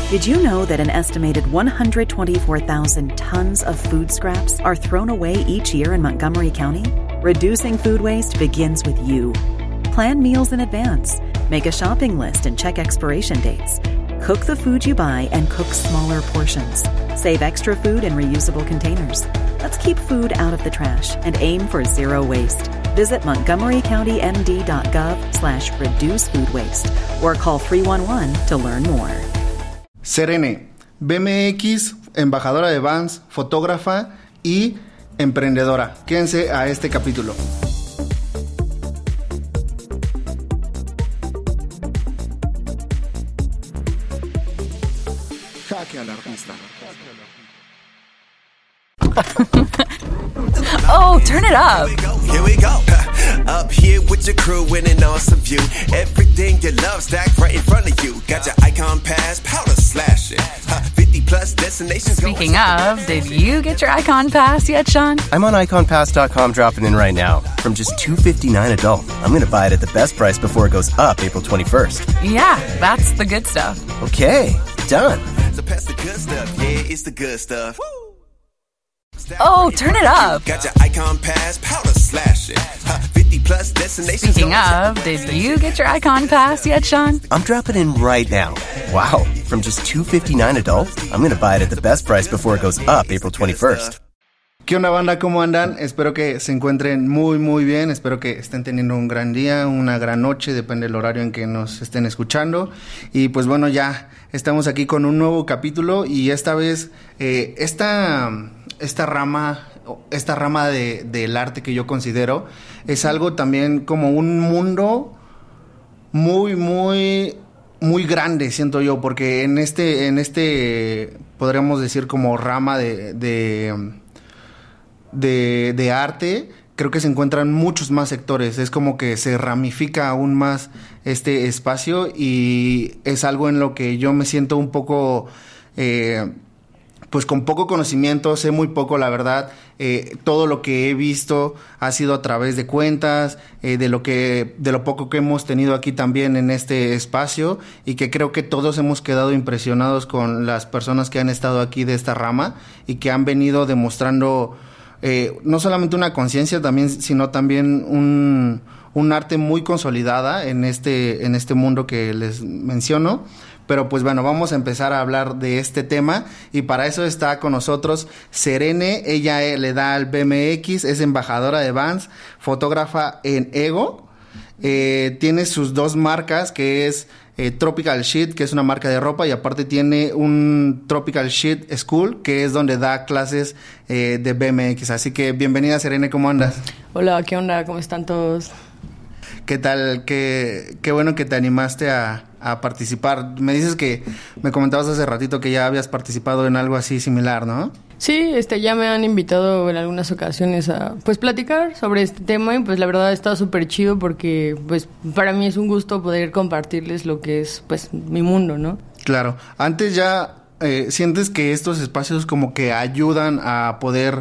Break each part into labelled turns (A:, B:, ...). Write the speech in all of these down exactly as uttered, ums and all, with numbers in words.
A: Did you know that an estimated one hundred twenty-four thousand tons of food scraps are thrown away each year in Montgomery County? Reducing food waste begins with you. Plan meals in advance. Make a shopping list and check expiration dates. Cook the food you buy and cook smaller portions. Save extra food in reusable containers. Let's keep food out of the trash and aim for zero waste. Visit montgomery county m d dot gov slash reduce food waste or call three one one to learn more.
B: Serene, B M X, embajadora de Vans, fotógrafa y emprendedora. Quédense a este capítulo. Jaque al artista.
C: Oh, turn it up.
D: Here we go. Up here with your crew in an awesome view. Everything you love stacked right in front of you. Got your icon pass, powder slashing. fifty plus destinations.
C: Speaking of, did you get your Icon Pass yet, Sean?
E: I'm on icon pass dot com dropping in right now. From just two dollars and fifty-nine cents adult. I'm going to buy it at the best price before it goes up April twenty-first.
C: Yeah, that's the good stuff.
E: Okay, done.
D: So pass the good stuff. Yeah, it's the good stuff.
C: Oh, turn it up.
D: Got your icon pass, powder slashing. fifty plus destinations.
C: Speaking of, did you get your Icon Pass yet, Sean?
E: I'm dropping in right now. Wow, from just two dollars and fifty-nine cents adult, I'm going to buy it at the best price before it goes up April twenty-first.
B: ¿Qué onda, banda? ¿Cómo andan? Espero que se encuentren muy, muy bien. Espero que estén teniendo un gran día, una gran noche, depende del horario en que nos estén escuchando. Y pues bueno, ya estamos aquí con un nuevo capítulo y esta vez eh, esta, esta rama, esta rama de, del arte que yo considero es algo también como un mundo muy, muy... muy grande, siento yo, porque en este, en este, podríamos decir como rama de, de, de, de arte, creo que se encuentran muchos más sectores. Es como que se ramifica aún más este espacio y es algo en lo que yo me siento un poco, eh, pues con poco conocimiento, sé muy poco, la verdad. Eh, todo lo que he visto ha sido a través de cuentas, eh, de lo que, de lo poco que hemos tenido aquí también en este espacio, y que creo que todos hemos quedado impresionados con las personas que han estado aquí de esta rama y que han venido demostrando eh, no solamente una conciencia también, sino también un, un arte muy consolidada en este, en este mundo que les menciono. Pero pues bueno, vamos a empezar a hablar de este tema y para eso está con nosotros Serene. Ella eh, le da al B M X, es embajadora de Vans, fotógrafa en Ego. Eh, tiene sus dos marcas, que es eh, Tropical Shit, que es una marca de ropa, y aparte tiene un Tropical Shit School, que es donde da clases eh, de B M X. Así que bienvenida, Serene, ¿cómo andas?
F: Hola, ¿qué onda? ¿Cómo están todos?
B: ¿Qué tal? Qué, qué bueno que te animaste a, a participar. Me dices que, me comentabas hace ratito que ya habías participado en algo así similar, ¿no?
F: Sí, este, ya me han invitado en algunas ocasiones a, pues, platicar sobre este tema y, pues, la verdad ha estado súper chido porque, pues, para mí es un gusto poder compartirles lo que es, pues, mi mundo, ¿no?
B: Claro. Antes ya, eh, ¿sientes que estos espacios como que ayudan a poder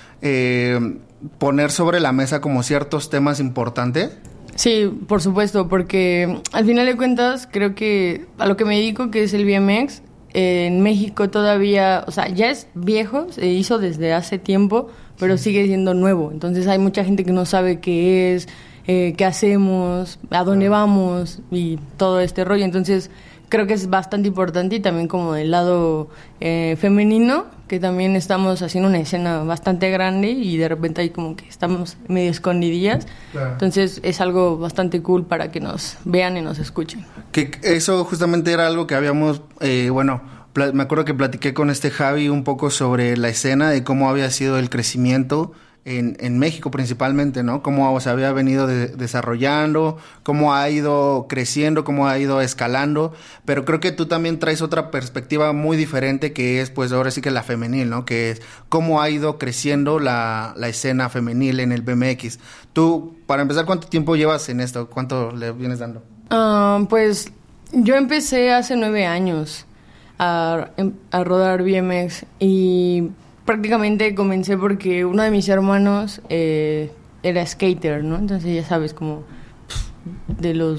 B: eh, poner sobre la mesa como ciertos temas importantes?
F: Sí, por supuesto, porque al final de cuentas creo que a lo que me dedico, que es el B M X, eh, en México todavía, o sea, ya es viejo, se hizo desde hace tiempo, pero sí sigue siendo nuevo. Entonces hay mucha gente que no sabe qué es, eh, qué hacemos, a dónde vamos y todo este rollo. Entonces creo que es bastante importante y también como del lado eh, femenino, que también estamos haciendo una escena bastante grande y de repente ahí como que estamos medio escondidillas. Claro. Entonces es algo bastante cool para que nos vean y nos escuchen.
B: Que eso justamente era algo que habíamos, eh, bueno, pl- me acuerdo que platiqué con este Javi un poco sobre la escena, de cómo había sido el crecimiento en, en México principalmente, ¿no? Cómo se había venido de, desarrollando, cómo ha ido creciendo, cómo ha ido escalando, pero creo que tú también traes otra perspectiva muy diferente, que es, pues, ahora sí que la femenil, ¿no? Que es cómo ha ido creciendo la, la escena femenil en el B M X. Tú, para empezar, ¿cuánto tiempo llevas en esto? ¿Cuánto le vienes dando?
F: Uh, pues, yo empecé hace nueve años a, a rodar B M X y prácticamente comencé porque uno de mis hermanos eh, era skater, ¿no? Entonces ya sabes, como de los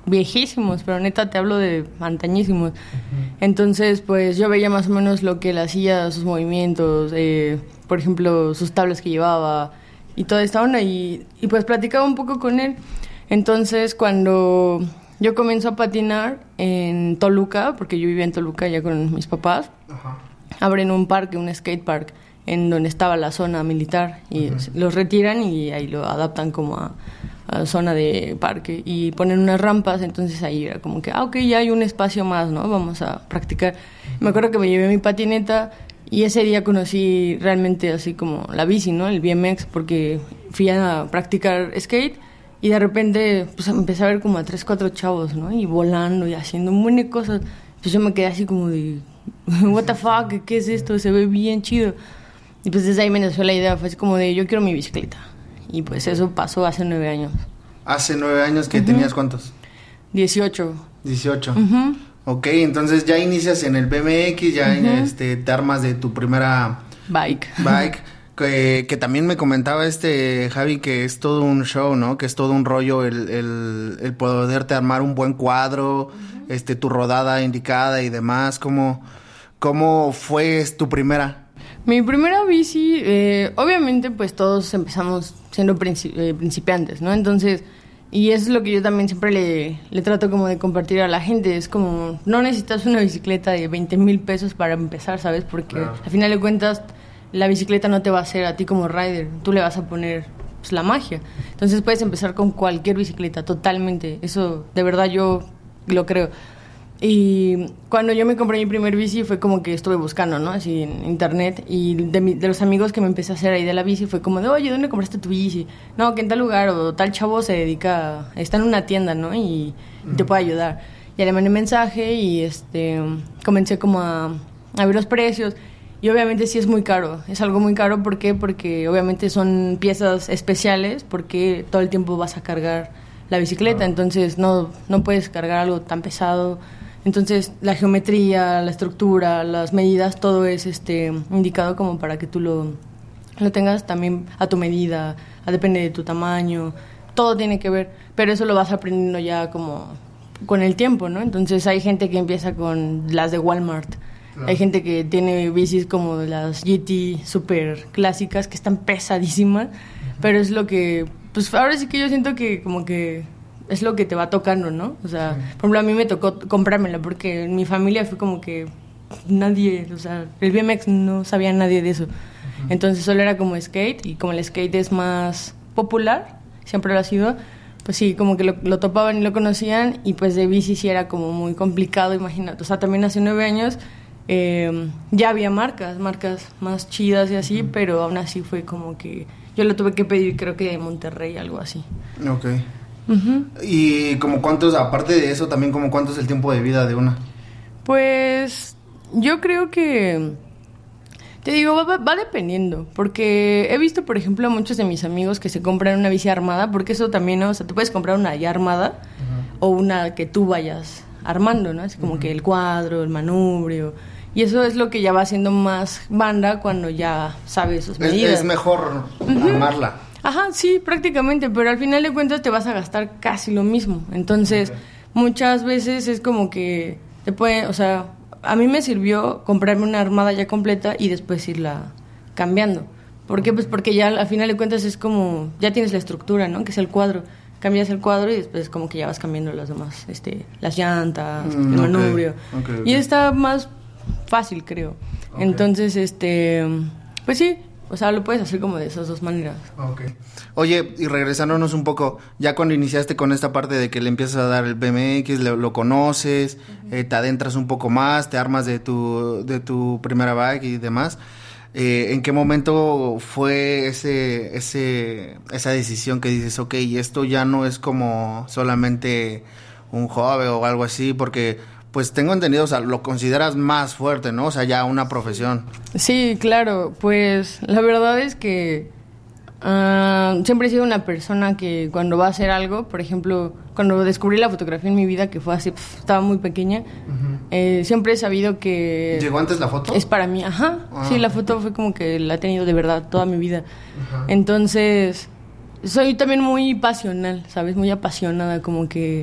F: viejísimos, pero neta te hablo de antañísimos. Uh-huh. Entonces, pues yo veía más o menos lo que él hacía, sus movimientos, eh, por ejemplo, sus tablas que llevaba y toda esta onda, y, y pues platicaba un poco con él. Entonces, cuando yo comienzo a patinar en Toluca, porque yo vivía en Toluca ya con mis papás, uh-huh. abren un parque, un skate park, en donde estaba la zona militar, y uh-huh. los retiran y ahí lo adaptan como a, a zona de parque y ponen unas rampas. Entonces ahí era como que, ah, ok, ya hay un espacio más, ¿no? Vamos a practicar. Uh-huh. Me acuerdo que me llevé mi patineta y ese día conocí realmente así como la bici, ¿no? El B M X, porque fui a practicar skate y de repente pues empecé a ver como a tres, cuatro chavos, ¿no? Y volando y haciendo un montón de cosas. Pues yo me quedé así como de, what the fuck, ¿qué es esto? Se ve bien chido. Y pues desde ahí me nació la idea, fue así como de, yo quiero mi bicicleta. Y pues eso pasó hace nueve años.
B: ¿Hace nueve años que uh-huh. tenías cuántos?
F: Dieciocho.
B: Dieciocho. Uh-huh. Ok, entonces ya inicias en el B M X, ya uh-huh. este, te armas de tu primera...
F: Bike.
B: Bike. Que, que también me comentaba este Javi que es todo un show, ¿no? Que es todo un rollo el, el, el poderte armar un buen cuadro, uh-huh. este, tu rodada indicada y demás. ¿Cómo, cómo fue tu primera?
F: Mi primera bici, eh, obviamente pues todos empezamos siendo princi- eh, principiantes, ¿no? Entonces, y eso es lo que yo también siempre le, le trato como de compartir a la gente, es como, no necesitas una bicicleta de veinte mil pesos para empezar, ¿sabes? Porque claro. al final de cuentas la bicicleta no te va a hacer a ti como rider, tú le vas a poner pues, la magia. Entonces puedes empezar con cualquier bicicleta, totalmente, eso de verdad yo lo creo. Y cuando yo me compré mi primer bici fue como que estuve buscando, ¿no? Así en internet, y de, mi, de los amigos que me empecé a hacer ahí de la bici fue como de, oye, ¿dónde compraste tu bici? No, que en tal lugar, o tal chavo se dedica, a, está en una tienda, ¿no? Y, uh-huh. y te puede ayudar. Ya le mandé mensaje y este comencé como a, a ver los precios. Y obviamente sí es muy caro, es algo muy caro. ¿Por qué? Porque obviamente son piezas especiales, porque todo el tiempo vas a cargar la bicicleta, uh-huh. entonces no, no puedes cargar algo tan pesado. Entonces, la geometría, la estructura, las medidas, todo es este indicado como para que tú lo, lo tengas también a tu medida, a, depende de tu tamaño, todo tiene que ver, pero eso lo vas aprendiendo ya como con el tiempo, ¿no? Entonces, hay gente que empieza con las de Walmart, claro. hay gente que tiene bicis como las G T súper clásicas, que están pesadísimas, uh-huh. pero es lo que, pues ahora sí que yo siento que como que es lo que te va tocando, ¿no? O sea, sí. por ejemplo, a mí me tocó comprármela porque en mi familia fue como que nadie, o sea, el B M X no sabía nadie de eso. Uh-huh. Entonces solo era como skate, y como el skate es más popular, siempre lo ha sido, pues sí, como que lo, lo topaban y lo conocían, y pues de bici sí era como muy complicado, imagínate. O sea, también hace nueve años eh, ya había marcas, marcas más chidas y así, uh-huh. pero aún así fue como que yo lo tuve que pedir, creo que de Monterrey, algo así.
B: Ok. Uh-huh. Y como cuántos, aparte de eso, también como cuánto es el tiempo de vida de una.
F: Pues yo creo que, te digo, va, va dependiendo, porque he visto, por ejemplo, a muchos de mis amigos que se compran una bici armada, porque eso también, ¿no? O sea, te puedes comprar una ya armada, uh-huh. o una que tú vayas armando, ¿no? Así como uh-huh. que el cuadro, el manubrio, y eso es lo que ya va haciendo más banda cuando ya sabes sus medidas.
B: Es, es mejor uh-huh. armarla.
F: Ajá, sí, prácticamente, pero al final de cuentas te vas a gastar casi lo mismo. Entonces, okay. muchas veces es como que te puede, o sea, a mí me sirvió comprarme una armada ya completa y después irla cambiando. ¿Por qué? Pues porque ya al final de cuentas es como, ya tienes la estructura, ¿no? Que es el cuadro. Cambias el cuadro y después como que ya vas cambiando las demás, este, las llantas, mm, el manubrio. Okay, okay, okay. Y está más fácil, creo. Okay. Entonces, este, pues sí. O sea, lo puedes hacer como de esas dos maneras.
B: Okay. Oye, y regresándonos un poco, ya cuando iniciaste con esta parte de que le empiezas a dar el B M X, lo, lo conoces, uh-huh. eh, te adentras un poco más, te armas de tu, de tu primera bike y demás, eh, ¿en qué momento fue ese, ese, esa decisión que dices, ok, esto ya no es como solamente un hobby o algo así? Porque pues tengo entendido, o sea, lo consideras más fuerte, ¿no? O sea, ya una profesión.
F: Sí, claro, pues la verdad es que uh, siempre he sido una persona que cuando va a hacer algo, por ejemplo, cuando descubrí la fotografía en mi vida, que fue así, pf, estaba muy pequeña, uh-huh. eh, siempre he sabido que...
B: ¿Llegó antes la foto?
F: Es para mí, ajá. Ah. Sí, la foto fue como que la he tenido de verdad toda mi vida. Uh-huh. Entonces, soy también muy pasional, ¿sabes? Muy apasionada, como que...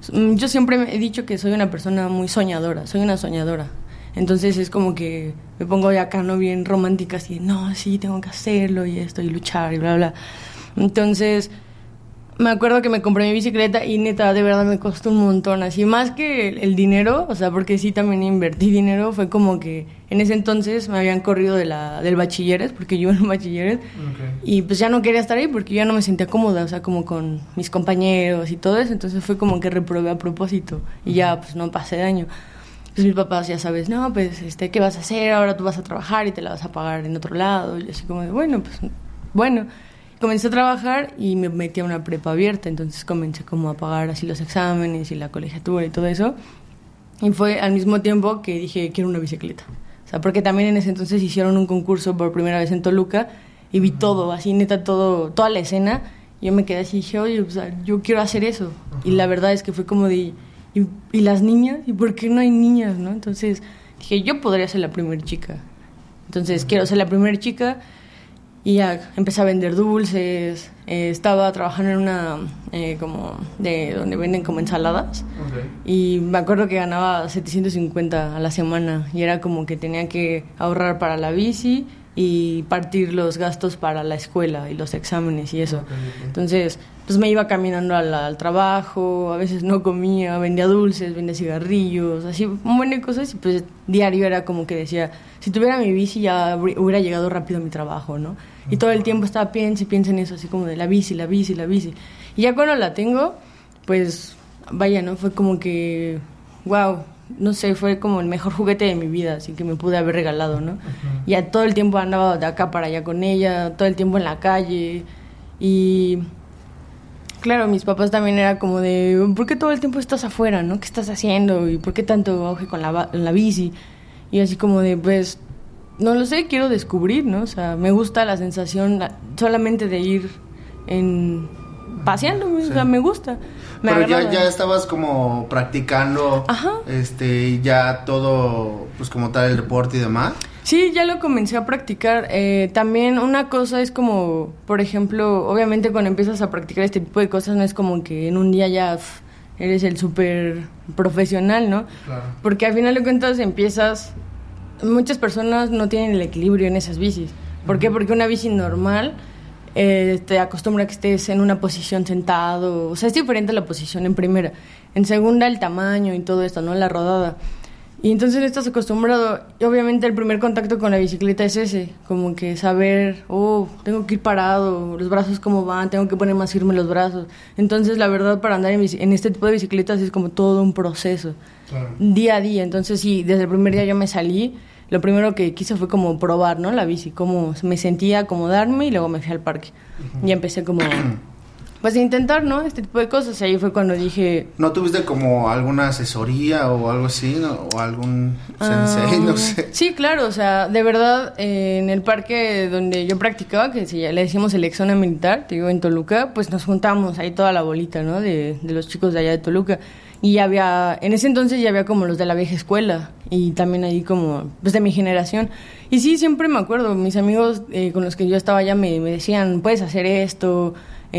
F: Yo siempre he dicho que soy una persona muy soñadora, soy una soñadora. Entonces es como que me pongo de acá, ¿no? Bien romántica, así, no, sí, tengo que hacerlo y esto, y luchar, y bla, bla. Entonces, me acuerdo que me compré mi bicicleta y neta, de verdad me costó un montón, así, más que el, el dinero, o sea, porque sí también invertí dinero, fue como que en ese entonces me habían corrido de la, del bachilleres, porque yo era un bachilleres, okay. Y pues ya no quería estar ahí porque ya no me sentía cómoda, o sea, como con mis compañeros y todo eso, entonces fue como que reprobé a propósito y ya pues no pasé de año. Pues mis papás, ya sabes, no, pues, este, ¿qué vas a hacer? Ahora tú vas a trabajar y te la vas a pagar en otro lado. Y así como de, bueno, pues, bueno. Comencé a trabajar y me metí a una prepa abierta, entonces comencé como a pagar así los exámenes y la colegiatura y todo eso. Y fue al mismo tiempo que dije, quiero una bicicleta. O sea, porque también en ese entonces hicieron un concurso por primera vez en Toluca y vi todo, así neta, todo, toda la escena. Y yo me quedé así y dije, oye, o sea, yo quiero hacer eso. Uh-huh. Y la verdad es que fue como de... Y, y las niñas, ¿y por qué no hay niñas, no? Entonces dije, yo podría ser la primera chica. Entonces, uh-huh. quiero ser la primera chica. Y ya empecé a vender dulces. Eh, estaba trabajando en una, eh, como, de donde venden como ensaladas. Okay. Y me acuerdo que ganaba setecientos cincuenta a la semana. Y era como que tenía que ahorrar para la bici y partir los gastos para la escuela y los exámenes y eso. Okay, okay. Entonces, pues me iba caminando al, al trabajo, a veces no comía, vendía dulces, vendía cigarrillos, así, un montón de cosas. Y pues diario era como que decía, si tuviera mi bici ya hubiera llegado rápido a mi trabajo, ¿no? Y todo el tiempo estaba piensa y piensa en eso, así como de la bici, la bici, la bici. Y ya cuando la tengo, pues vaya, ¿no? Fue como que, wow, no sé, fue como el mejor juguete de mi vida, así que me pude haber regalado, ¿no? Uh-huh. Ya todo el tiempo andaba de acá para allá con ella, todo el tiempo en la calle. Y claro, mis papás también era como de, ¿por qué todo el tiempo estás afuera, no? ¿Qué estás haciendo? ¿Y por qué tanto auge con la, la bici? Y así como de, pues, no lo sé, quiero descubrir, ¿no? O sea, me gusta la sensación solamente de ir en paseando, sí. O sea, me gusta. Me
B: Pero ya, ya estabas como practicando,
F: Ajá.
B: este, ya todo, pues como tal el deporte y demás.
F: Sí, ya lo comencé a practicar. Eh, también una cosa es como, por ejemplo, obviamente cuando empiezas a practicar este tipo de cosas no es como que en un día ya pff, eres el súper profesional, ¿no? Claro. Porque al final de cuentas empiezas, muchas personas no tienen el equilibrio en esas bicis. ¿Por uh-huh. qué? Porque una bici normal eh, te acostumbra a que estés en una posición sentado, o sea, es diferente la posición en primera. En segunda el tamaño y todo esto, ¿no? La rodada. Y entonces estás acostumbrado, y obviamente el primer contacto con la bicicleta es ese, como que saber, oh, tengo que ir parado, los brazos cómo van, tengo que poner más firme los brazos. Entonces la verdad para andar en, bici, en este tipo de bicicletas es como todo un proceso, claro. Día a día. Entonces sí, desde el primer día yo me salí, lo primero que quise fue como probar, ¿no? La bici, cómo me sentía, acomodarme, y luego me fui al parque. Uh-huh. Y empecé como... pues intentar, ¿no? Este tipo de cosas. Ahí fue cuando dije...
B: ¿No tuviste como alguna asesoría o algo así, ¿no? O algún sensei, um, no sé?
F: Sí, claro, o sea, de verdad, eh, en el parque donde yo practicaba, que se, le decimos el Exona Militar, te digo, en Toluca, pues nos juntamos ahí toda la bolita, ¿no? De, de los chicos de allá de Toluca. Y ya había, en ese entonces ya había como los de la vieja escuela, y también ahí como, pues de mi generación. Y sí, siempre me acuerdo, mis amigos eh, con los que yo estaba allá me, me decían, puedes hacer esto...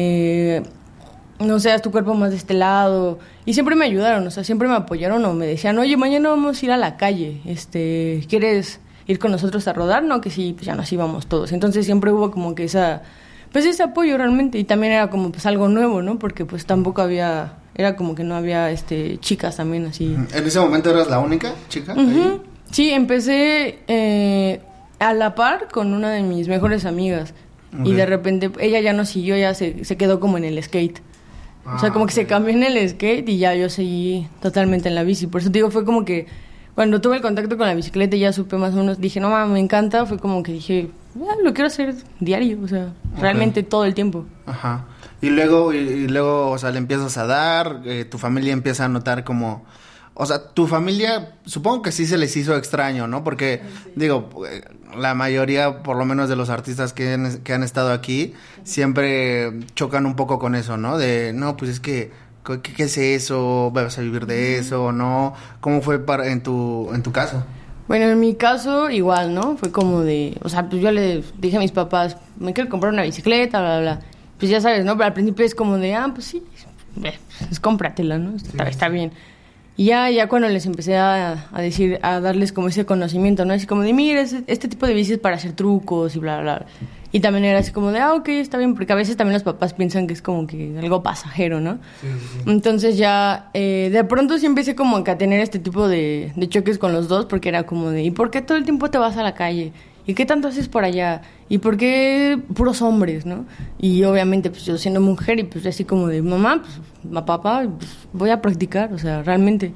F: Eh, no sé, haz tu cuerpo más de este lado, y siempre me ayudaron, o sea, siempre me apoyaron o me decían, oye, mañana vamos a ir a la calle, este, ¿quieres ir con nosotros a rodar? No, que sí, pues ya nos íbamos todos. Entonces siempre hubo como que esa, pues ese apoyo realmente, y también era como pues algo nuevo, ¿no? Porque pues tampoco había, era como que no había este chicas también así.
B: ¿En ese momento eras la única chica?
F: Uh-huh. Sí, empecé eh, a la par con una de mis mejores amigas. Okay. Y de repente ella ya no siguió, ya se, se quedó como en el skate. Ah, o sea, como que okay. se cambió en el skate y ya yo seguí totalmente en la bici. Por eso te digo, fue como que cuando tuve el contacto con la bicicleta y ya supe más o menos, dije, no mames, me encanta. Fue como que dije, ah, lo quiero hacer diario, o sea, okay. realmente todo el tiempo.
B: Ajá. Y luego, y, y luego, o sea, le empiezas a dar, eh, tu familia empieza a notar como... O sea, tu familia, supongo que sí se les hizo extraño, ¿no? Porque, sí. digo, la mayoría, por lo menos de los artistas que han, que han estado aquí, siempre chocan un poco con eso, ¿no? De, no, pues es que, ¿qué, qué es eso? ¿Vas a vivir de eso o no? ¿Cómo fue para, en tu en tu caso?
F: Bueno, en mi caso, igual, ¿no? Fue como de, o sea, pues yo le dije a mis papás, me quiero comprar una bicicleta, bla, bla, bla. Pues ya sabes, ¿no? Pero al principio es como de, ah, pues sí, eh, pues cómpratela, ¿no? Está, sí. está bien. Y ya, ya cuando les empecé a, a decir, a darles como ese conocimiento, ¿no? Así como de, mira, este, este tipo de bicis es para hacer trucos y bla, bla, bla. Y también era así como de, ah, ok, está bien, porque a veces también los papás piensan que es como que algo pasajero, ¿no? Sí, sí, sí. Entonces ya, eh, de pronto sí empecé como a tener este tipo de, de choques con los dos, porque era como de, ¿y por qué todo el tiempo te vas a la calle? ¿Y qué tanto haces por allá? ¿Y por qué puros hombres, no? Y obviamente, pues yo siendo mujer y pues así como de, mamá, pues, papá, pues voy a practicar, o sea, realmente.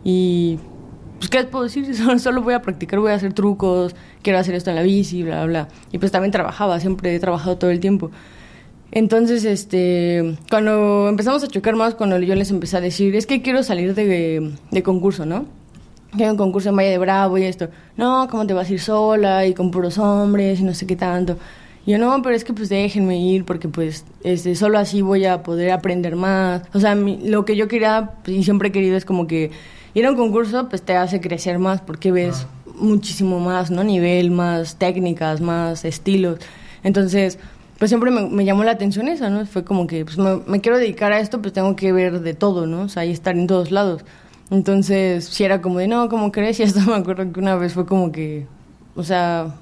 F: Y, pues, ¿qué les puedo decir? Solo, solo voy a practicar, voy a hacer trucos, quiero hacer esto en la bici, bla, bla, bla. Y pues también trabajaba, siempre he trabajado todo el tiempo. Entonces, este, cuando empezamos a chocar más, cuando yo les empecé a decir, es que quiero salir de, de concurso, ¿no? Que hay un concurso en Valle de Bravo y esto. No, ¿cómo te vas a ir sola y con puros hombres y no sé qué tanto? Y yo, no, pero es que pues déjenme ir porque pues este, solo así voy a poder aprender más. O sea, mi, lo que yo quería y siempre he querido es como que ir a un concurso pues te hace crecer más porque ves ah. muchísimo más, ¿no? Nivel, más técnicas, más estilos. Entonces, pues siempre me, me llamó la atención esa, ¿no? Fue como que pues me, me quiero dedicar a esto, pues tengo que ver de todo, ¿no? O sea, y estar en todos lados. Entonces, si era como de, no, ¿cómo crees? Y hasta me acuerdo que una vez fue como que, o sea,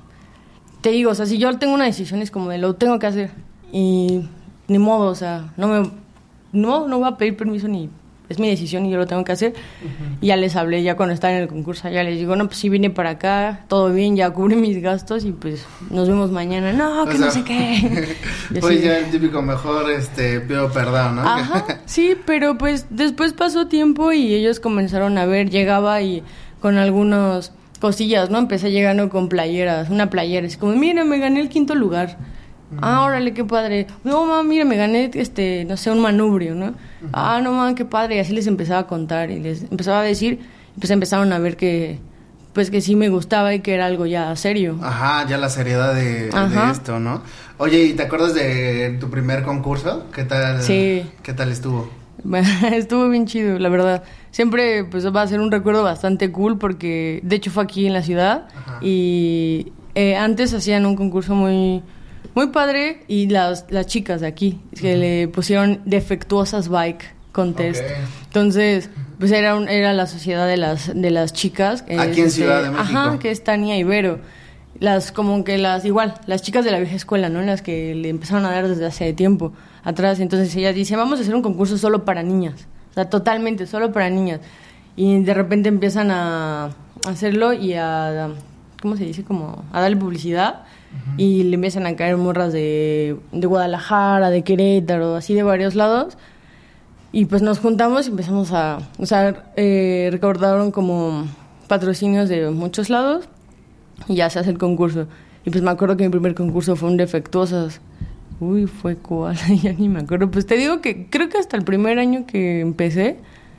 F: te digo, o sea, si yo tengo una decisión es como de, lo tengo que hacer. Y ni modo, o sea, no me, no, no voy a pedir permiso ni, es mi decisión y yo lo tengo que hacer. Uh-huh. Y ya les hablé, ya cuando estaba en el concurso, ya les digo, no, pues sí vine para acá, todo bien, ya cubrí mis gastos y pues nos vemos mañana. No, que o sea, no sé qué.
B: Pues ya el típico mejor, este, pido perdón, ¿no?
F: Ajá, sí, pero pues después pasó tiempo y ellos comenzaron a ver, llegaba y con algunos cosillas, ¿no? Empecé llegando con playeras, una playera, es como, mira, me gané el quinto lugar. Uh-huh. Ah, órale, qué padre. No, mamá, mira, me gané, este, no sé, un manubrio, ¿no? Uh-huh. Ah, no, mamá, qué padre. Y así les empezaba a contar y les empezaba a decir, y pues empezaron a ver que, pues que sí me gustaba y que era algo ya serio.
B: Ajá, ya la seriedad de, de esto, ¿no? Oye, ¿y te acuerdas de tu primer concurso? ¿Qué tal?
F: Sí.
B: ¿Qué tal estuvo?
F: Estuvo bien chido, la verdad. Siempre pues va a ser un recuerdo bastante cool porque de hecho fue aquí en la ciudad. Ajá. Y eh, antes hacían un concurso muy muy padre y las las chicas de aquí que uh-huh. le pusieron Defectuosas Bike Contest. Okay. Entonces, pues era un, era la sociedad de las de las chicas
B: aquí en Ciudad de México.
F: Ajá, que es Tania Ibero. Las como que las igual, las chicas de la vieja escuela, ¿no? Las que le empezaron a dar desde hace tiempo atrás. Entonces ella dice, vamos a hacer un concurso solo para niñas. O sea, totalmente, solo para niñas. Y de repente empiezan a hacerlo y a, ¿cómo se dice? Como a darle publicidad. Uh-huh. Y le empiezan a caer morras de, de Guadalajara, de Querétaro, así de varios lados. Y pues nos juntamos y empezamos a, o sea, eh, recaudaron como patrocinios de muchos lados. Y ya se hace el concurso. Y pues me acuerdo que mi primer concurso fue un Defectuosas. Uy, fue cuál, ya ni me acuerdo. Pues te digo que creo que hasta el primer año que empecé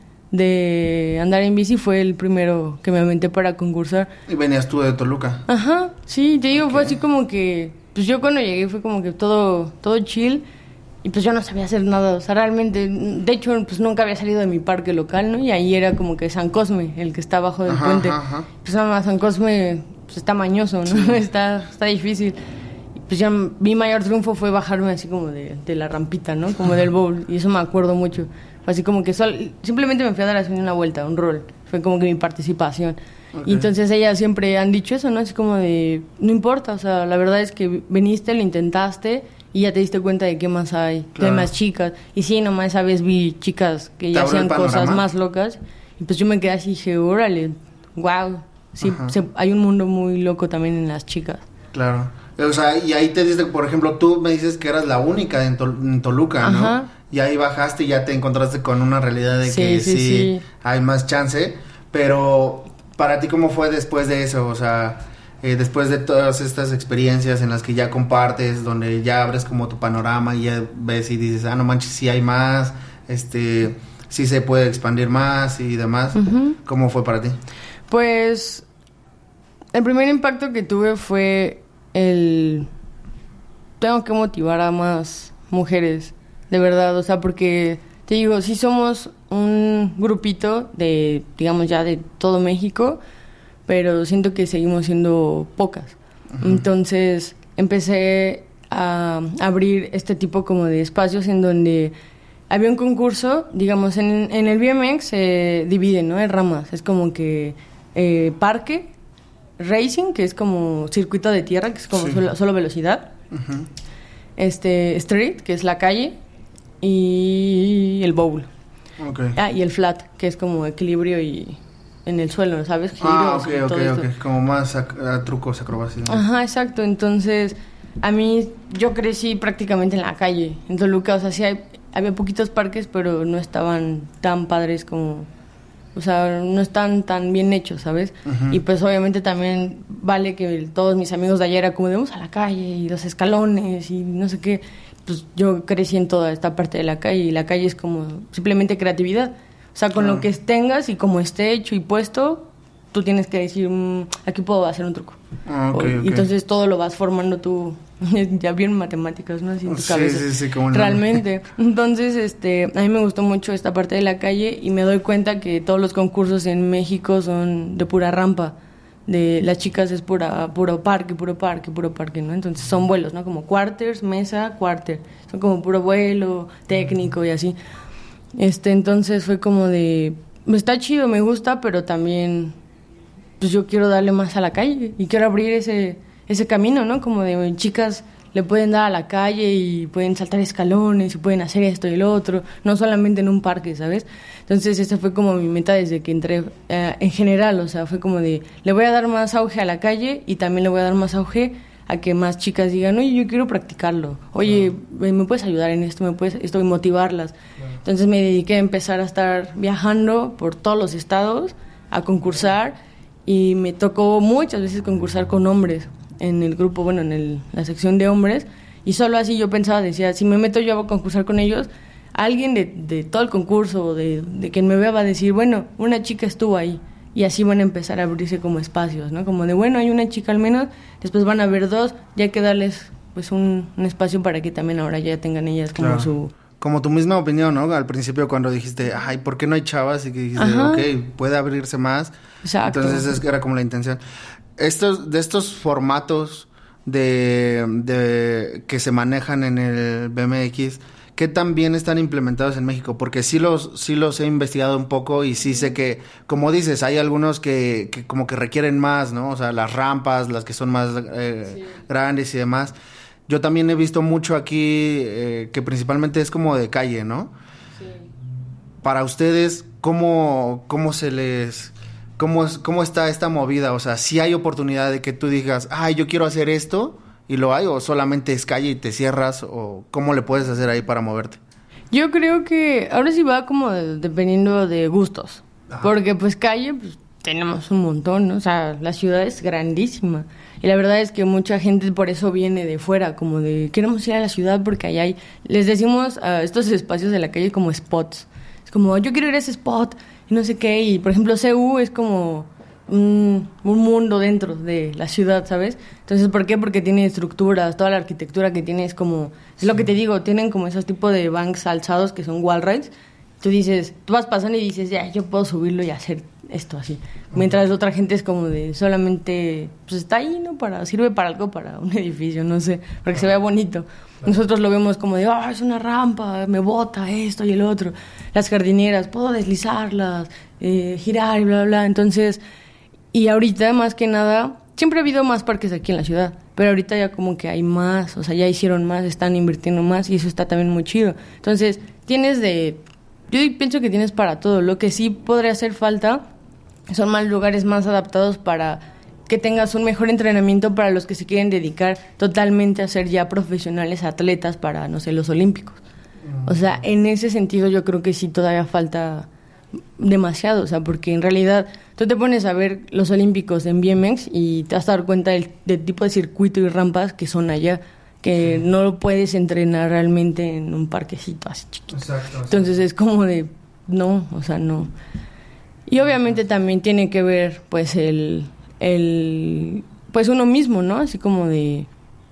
F: de andar en bici fue el primero que me aventé para concursar.
B: ¿Y venías tú de Toluca?
F: Ajá, sí, te digo, okay. Fue así como que... Pues yo cuando llegué fue como que todo, todo chill. Y pues yo no sabía hacer nada, o sea, realmente... De hecho, pues nunca había salido de mi parque local, ¿no? Y ahí era como que San Cosme, el que está abajo del
B: ajá,
F: puente.
B: Ajá, ajá.
F: Pues nada más San Cosme... pues está mañoso, ¿no? Sí. está, está difícil. Pues ya mi mayor triunfo fue bajarme así como de, de la rampita, ¿no? Como del bowl. Y eso me acuerdo mucho. Fue así como que sol, simplemente me fui a dar así una vuelta, un rol. Fue como que mi participación. Okay. Y entonces ellas siempre han dicho eso, ¿no? Así como de, no importa, o sea, la verdad es que viniste, lo intentaste y ya te diste cuenta de qué más hay, claro. Que hay más chicas. Y sí, nomás esa vez vi chicas que ya hacían cosas más locas. Y pues yo me quedé así y dije, órale, wow. Sí, se, hay un mundo muy loco también en las chicas.
B: Claro. O sea, y ahí te dices, por ejemplo, tú me dices que eras la única en, Tol- en Toluca, ¿no? Ajá. Y ahí bajaste y ya te encontraste con una realidad de
F: sí,
B: que
F: sí,
B: sí,
F: sí
B: hay más chance. Pero, ¿para ti cómo fue después de eso? O sea, eh, después de todas estas experiencias en las que ya compartes, donde ya abres como tu panorama y ya ves y dices, ah, no manches, sí hay más, este, sí se puede expandir más y demás. Uh-huh. ¿Cómo fue para ti?
F: Pues el primer impacto que tuve fue el... Tengo que motivar a más mujeres, de verdad, o sea, porque te digo, sí somos un grupito de, digamos ya de todo México, pero siento que seguimos siendo pocas. Uh-huh. Entonces empecé a abrir este tipo como de espacios en donde había un concurso, digamos, en, en el B M X se divide, ¿no? En ramas. Es como que eh, parque, racing, que es como circuito de tierra, que es como sí. solo, solo velocidad. Uh-huh. Este, street, que es la calle, y el bowl. Okay. Ah, y el flat, que es como equilibrio y en el suelo, ¿sabes? Giros,
B: ah, ok,
F: y
B: ok,
F: todo
B: ok.
F: esto.
B: Como más ac- a trucos, acrobacias.
F: Ajá, exacto. Entonces, a mí, yo crecí prácticamente en la calle, en Toluca. O sea, sí hay, había poquitos parques, pero no estaban tan padres como... O sea, no están tan bien hechos, ¿sabes? Uh-huh. Y pues obviamente también vale que todos mis amigos de allá era como de vamos a la calle y los escalones y no sé qué. Pues yo crecí en toda esta parte de la calle y la calle es como simplemente creatividad. O sea, con uh-huh. lo que tengas y como esté hecho y puesto, tú tienes que decir, mmm, aquí puedo hacer un truco.
B: Ah, okay,
F: o,
B: okay.
F: Y entonces todo lo vas formando tú, ya bien matemáticas, ¿no? Así en tu
B: sí,
F: cabeza.
B: Sí, sí, como
F: realmente. No. Entonces, este, a mí me gustó mucho esta parte de la calle y me doy cuenta que todos los concursos en México son de pura rampa. De las chicas es pura, puro parque, puro parque, puro parque, ¿no? Entonces son vuelos, ¿no? Como quarters, mesa, quarter. Son como puro vuelo, técnico y así. Este, entonces fue como de, está chido, me gusta, pero también... pues yo quiero darle más a la calle y quiero abrir ese ese camino, ¿no? Como de chicas le pueden dar a la calle y pueden saltar escalones y pueden hacer esto y lo otro, no solamente en un parque, ¿sabes? Entonces esa fue como mi meta desde que entré eh, en general, o sea, fue como de le voy a dar más auge a la calle y también le voy a dar más auge a que más chicas digan, oye, yo quiero practicarlo, oye, claro. ¿me puedes ayudar en esto? ¿Me puedes esto? Y motivarlas. Claro. Entonces me dediqué a empezar a estar viajando por todos los estados, a concursar. Y me tocó muchas veces concursar con hombres en el grupo, bueno, en el, la sección de hombres. Y solo así yo pensaba, decía, si me meto yo a concursar con ellos, alguien de, de todo el concurso, de, de quien me vea, va a decir, bueno, una chica estuvo ahí. Y así van a empezar a abrirse como espacios, ¿no? Como de, bueno, hay una chica al menos, después van a haber dos, ya hay que darles pues un, un espacio para que también ahora ya tengan ellas como claro. su...
B: Como tu misma opinión, ¿no? Al principio cuando dijiste, ay, ¿por qué no hay chavas? Y que dijiste,
F: Ajá.
B: ok, puede abrirse más.
F: Exacto.
B: Entonces es, era como la intención. Estos, de estos formatos de, de que se manejan en el B M X, ¿qué tan bien están implementados en México? Porque sí los, sí los he investigado un poco y sí sé que, como dices, hay algunos que, que como que requieren más, ¿no? O sea, las rampas, las que son más eh, sí. grandes y demás. Yo también he visto mucho aquí eh, que principalmente es como de calle, ¿no? Sí. Para ustedes, ¿cómo, cómo se les... Cómo, cómo está esta movida? O sea, ¿sí hay oportunidad de que tú digas, ay, yo quiero hacer esto y lo hay? ¿O solamente es calle y te cierras? ¿O cómo le puedes hacer ahí para moverte?
F: Yo creo que ahora sí va como de, dependiendo de gustos. Ajá. Porque pues calle, pues tenemos un montón, ¿no? O sea, la ciudad es grandísima. Y la verdad es que mucha gente por eso viene de fuera, como de, queremos ir a la ciudad porque allá hay... Les decimos a estos espacios de la calle como spots. Es como, yo quiero ir a ese spot y no sé qué. Y, por ejemplo, C U es como un, un mundo dentro de la ciudad, ¿sabes? Entonces, ¿por qué? Porque tiene estructuras, toda la arquitectura que tiene es como... Es lo que te digo, tienen como esos tipos de banks alzados que son wall rides. Tú dices, tú vas pasando y dices, ya, yo puedo subirlo y hacer esto así. Mientras la otra gente es como de solamente, pues está ahí, ¿no? Para, sirve para algo, para un edificio, no sé, para que se vea bonito. Nosotros lo vemos como de, ah, oh, es una rampa, me bota esto y el otro. Las jardineras, puedo deslizarlas, eh, girar y bla, bla, bla. Entonces, y ahorita más que nada, siempre ha habido más parques aquí en la ciudad, pero ahorita ya como que hay más, o sea, ya hicieron más, están invirtiendo más y eso está también muy chido. Entonces, tienes de... Yo pienso que tienes para todo. Lo que sí podría hacer falta son más lugares más adaptados para que tengas un mejor entrenamiento para los que se quieren dedicar totalmente a ser ya profesionales atletas para, no sé, los olímpicos. O sea, en ese sentido yo creo que sí todavía falta demasiado. O sea, porque en realidad tú te pones a ver los olímpicos en B M X y te vas a dar cuenta del, del tipo de circuito y rampas que son allá, que sí. no lo puedes entrenar realmente en un parquecito así chiquito. Exacto, exacto. Entonces es como de, no, o sea, no. Y obviamente también tiene que ver, pues, el, el, pues uno mismo, ¿no? Así como de,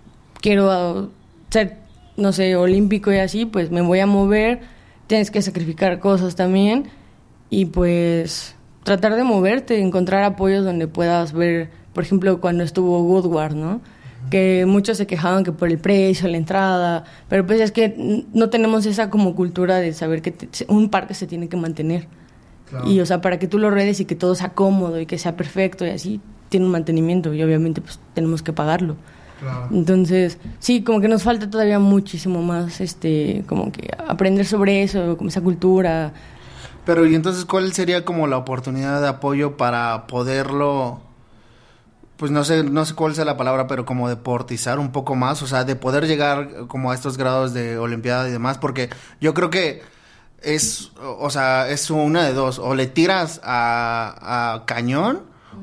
F: quiero ser, no sé, olímpico y así, pues me voy a mover, tienes que sacrificar cosas también y pues tratar de moverte, encontrar apoyos donde puedas ver, por ejemplo, cuando estuvo Woodward, ¿no? que muchos se quejaban que por el precio, la entrada, pero pues es que no tenemos esa como cultura de saber que te, un parque se tiene que mantener. Claro. Y o sea, para que tú lo ruedes y que todo sea cómodo y que sea perfecto y así, tiene un mantenimiento y obviamente pues tenemos que pagarlo. Claro. Entonces, sí, como que nos falta todavía muchísimo más, este, como que aprender sobre eso, como esa cultura.
B: Pero, ¿y entonces cuál sería como la oportunidad de apoyo para poderlo, pues no sé, no sé cuál sea la palabra, pero como deportizar un poco más, o sea, de poder llegar como a estos grados de olimpiada y demás? Porque yo creo que es, o sea, es una de dos, o le tiras a, a cañón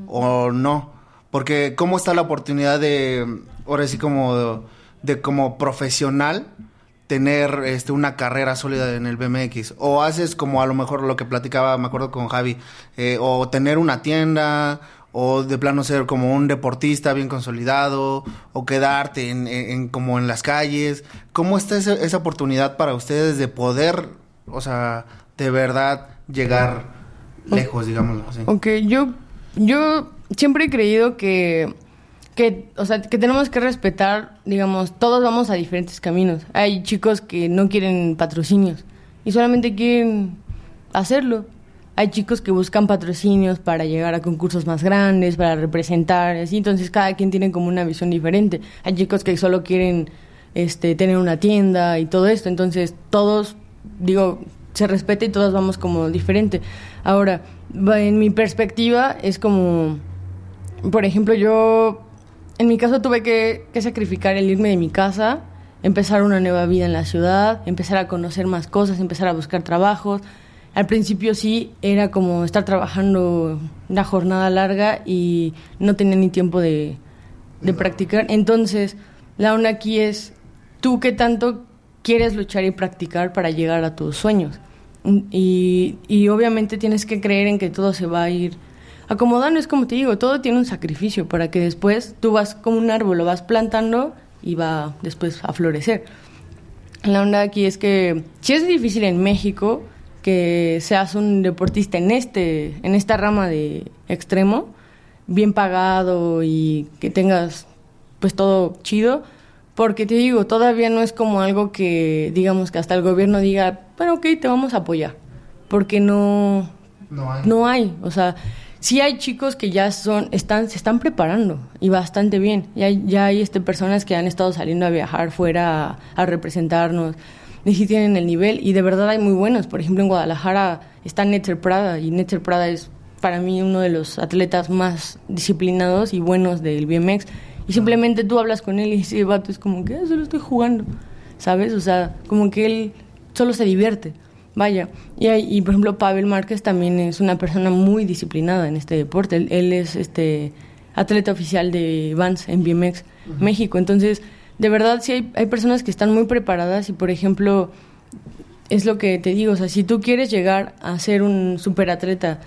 B: o no, porque cómo está la oportunidad de, ahora sí como de, de como profesional tener este una carrera sólida en el B M X, o haces como a lo mejor lo que platicaba, me acuerdo con Javi, eh, o tener una tienda, o de plano ser como un deportista bien consolidado, o quedarte en, en, en como en las calles. ¿Cómo está esa, esa oportunidad para ustedes de poder, o sea, de verdad llegar lejos, digámoslo así?
F: Ok, yo yo siempre he creído que que, o sea, que tenemos que respetar, digamos, todos vamos a diferentes caminos. Hay chicos que no quieren patrocinios y solamente quieren hacerlo. Hay chicos que buscan patrocinios para llegar a concursos más grandes, para representar, así. Entonces cada quien tiene como una visión diferente. Hay chicos que solo quieren este, tener una tienda y todo esto. Entonces todos, digo, se respeta y todos vamos como diferente. Ahora, en mi perspectiva es como, por ejemplo, yo... En mi caso tuve que, que sacrificar el irme de mi casa, empezar una nueva vida en la ciudad, empezar a conocer más cosas, empezar a buscar trabajos. Al principio sí, era como estar trabajando una jornada larga y no tenía ni tiempo de, de practicar. Entonces, la onda aquí es, ¿tú qué tanto quieres luchar y practicar para llegar a tus sueños? Y, y obviamente tienes que creer en que todo se va a ir acomodando. Es como te digo, todo tiene un sacrificio para que después tú vas como un árbol, lo vas plantando y va después a florecer. La onda aquí es que sí es difícil en México que seas un deportista en este en esta rama de extremo, bien pagado y que tengas pues todo chido, porque te digo, todavía no es como algo que digamos que hasta el gobierno diga, bueno, ok, te vamos a apoyar, porque no
B: no hay,
F: no hay, o sea, sí hay chicos que ya son, están, se están preparando y bastante bien. Ya, ya hay este, personas que han estado saliendo a viajar fuera a, a representarnos y sí tienen el nivel y de verdad hay muy buenos. Por ejemplo, en Guadalajara está Netzer Prada y Netzer Prada es para mí uno de los atletas más disciplinados y buenos del B M X. Y simplemente tú hablas con él y ese vato es como que ah, solo estoy jugando, ¿sabes? O sea, como que él solo se divierte. Vaya, y, hay, y por ejemplo Pavel Márquez también es una persona muy disciplinada en este deporte. Él, él es este atleta oficial de Vans en B M X uh-huh. México. Entonces, de verdad sí hay, hay personas que están muy preparadas y por ejemplo, es lo que te digo, o sea, si tú quieres llegar a ser un superatleta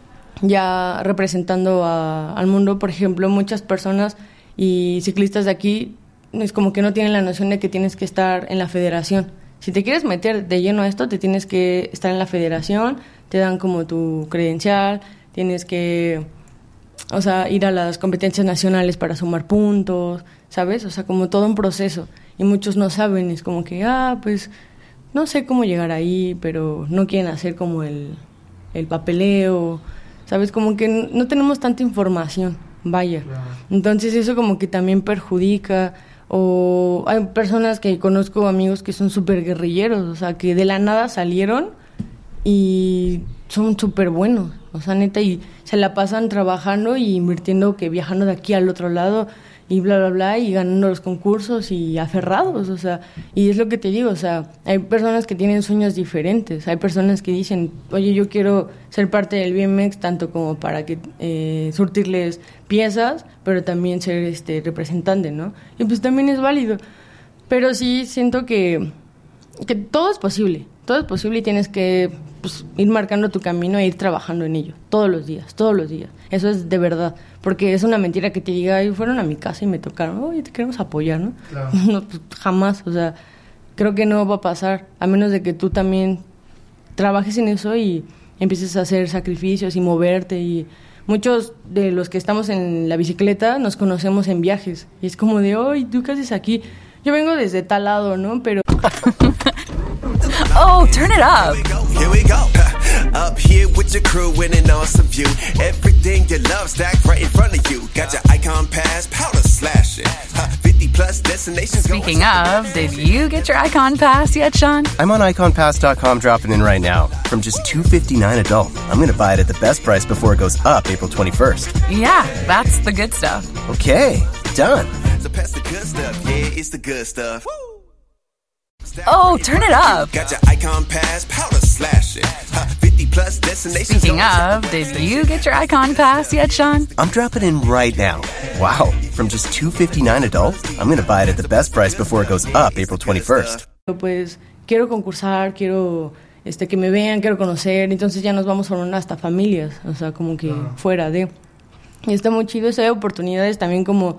F: ya representando a, al mundo, por ejemplo, muchas personas y ciclistas de aquí es como que no tienen la noción de que tienes que estar en la federación. Si te quieres meter de lleno a esto, te tienes que estar en la federación, te dan como tu credencial, tienes que, o sea, ir a las competencias nacionales para sumar puntos, ¿sabes? O sea, como todo un proceso. Y muchos no saben, es como que, ah, pues, no sé cómo llegar ahí, pero no quieren hacer como el, el papeleo, ¿sabes? Como que no tenemos tanta información, vaya. Claro. Entonces eso como que también perjudica. O hay personas que conozco, amigos que son súper guerrilleros, o sea, que de la nada salieron y son súper buenos, o sea, neta, y se la pasan trabajando y invirtiendo, que viajando de aquí al otro lado y bla, bla, bla, y ganando los concursos y aferrados, o sea, y es lo que te digo, o sea, hay personas que tienen sueños diferentes, hay personas que dicen, oye, yo quiero ser parte del B M X tanto como para que eh, surtirles piezas, pero también ser este representante, ¿no? Y pues también es válido, pero sí siento que, que todo es posible, todo es posible y tienes que pues, ir marcando tu camino e ir trabajando en ello, todos los días, todos los días, eso es de verdad, porque es una mentira que te diga, ay, fueron a mi casa y me tocaron, oye, te queremos apoyar, ¿no? Claro. No, pues, jamás, o sea, creo que no va a pasar, a menos de que tú también trabajes en eso y empieces a hacer sacrificios y moverte y muchos de los que estamos en la bicicleta nos conocemos en viajes. Y es como de, oye, ¿tú qué haces aquí? Yo vengo desde tal lado, ¿no? Pero...
C: Oh, turn it up.
D: Here we go. Up here with your crew in an awesome view. Everything you love stacked right in front of you. Got your icon pass, powder slashing. fifty plus destinations.
C: Speaking of, did you get your Icon Pass yet, Sean?
E: I'm on icon pass dot com dropping in right now. From just two hundred fifty-nine dollars adult, I'm going to buy it at the best price before it goes up April twenty-first.
C: Yeah, that's the good stuff.
E: Okay, done.
D: So pass the good stuff. Yeah, it's the good stuff.
C: Oh, turn it up.
D: Got your icon pass, powder slashing. fifty plus destinations.
C: Speaking of, did you get your Icon Pass yet, Sean?
E: I'm dropping in right now. Wow, from just two hundred fifty-nine dollars adult, I'm going to buy it at the best price before it goes up April twenty-first.
F: Pues quiero concursar, quiero este que me vean, quiero conocer, entonces ya nos vamos formando hasta familias, o sea, como que uh-huh. fuera de. Y está muy chido, eso hay oportunidades también como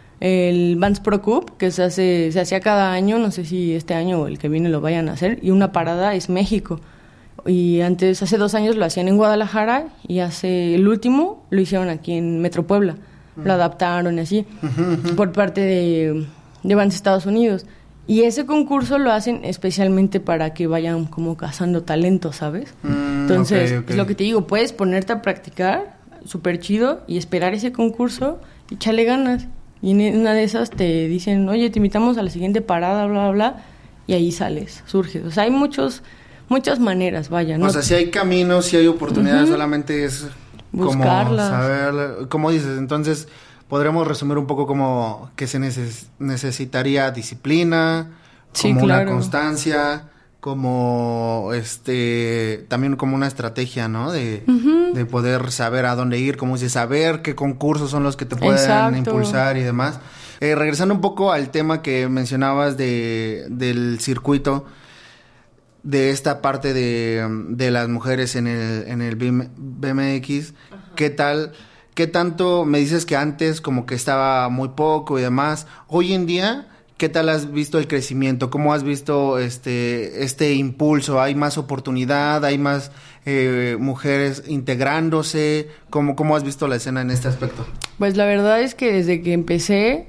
F: el Vans Pro Cup, que se hace se hacía cada año, no sé si este año o el que viene lo vayan a hacer, y una parada es México. Y antes, hace dos años lo hacían en Guadalajara y hace el último lo hicieron aquí en Metro Puebla. Lo adaptaron así, uh-huh. por parte de, de Vans Estados Unidos. Y ese concurso lo hacen especialmente para que vayan como cazando talento, ¿sabes? Mm, Entonces, okay, okay. es lo que te digo, puedes ponerte a practicar, súper chido, y esperar ese concurso y echarle ganas. Y en una de esas te dicen, oye, te invitamos a la siguiente parada, bla, bla, bla, y ahí sales, surges. O sea, hay muchos, muchas maneras, vaya, ¿no?
B: O sea, si hay caminos, si hay oportunidades, uh-huh. solamente es
F: buscarlas.
B: Como saber, como dices, entonces podremos resumir un poco como que se neces- necesitaría disciplina,
F: sí,
B: como
F: claro.
B: una constancia, como este también como una estrategia, ¿no? De, uh-huh. de poder saber a dónde ir, como dices, saber qué concursos son los que te pueden Exacto. impulsar y demás. Eh, regresando un poco al tema que mencionabas de del circuito, de esta parte de, de las mujeres en el en el B M X, uh-huh. ¿qué tal? ¿Qué tanto me dices que antes como que estaba muy poco y demás? Hoy en día, ¿qué tal has visto el crecimiento? ¿Cómo has visto este este impulso? ¿Hay más oportunidad? ¿Hay más eh, mujeres integrándose? ¿Cómo, ¿Cómo has visto la escena en este aspecto?
F: Pues la verdad es que desde que empecé,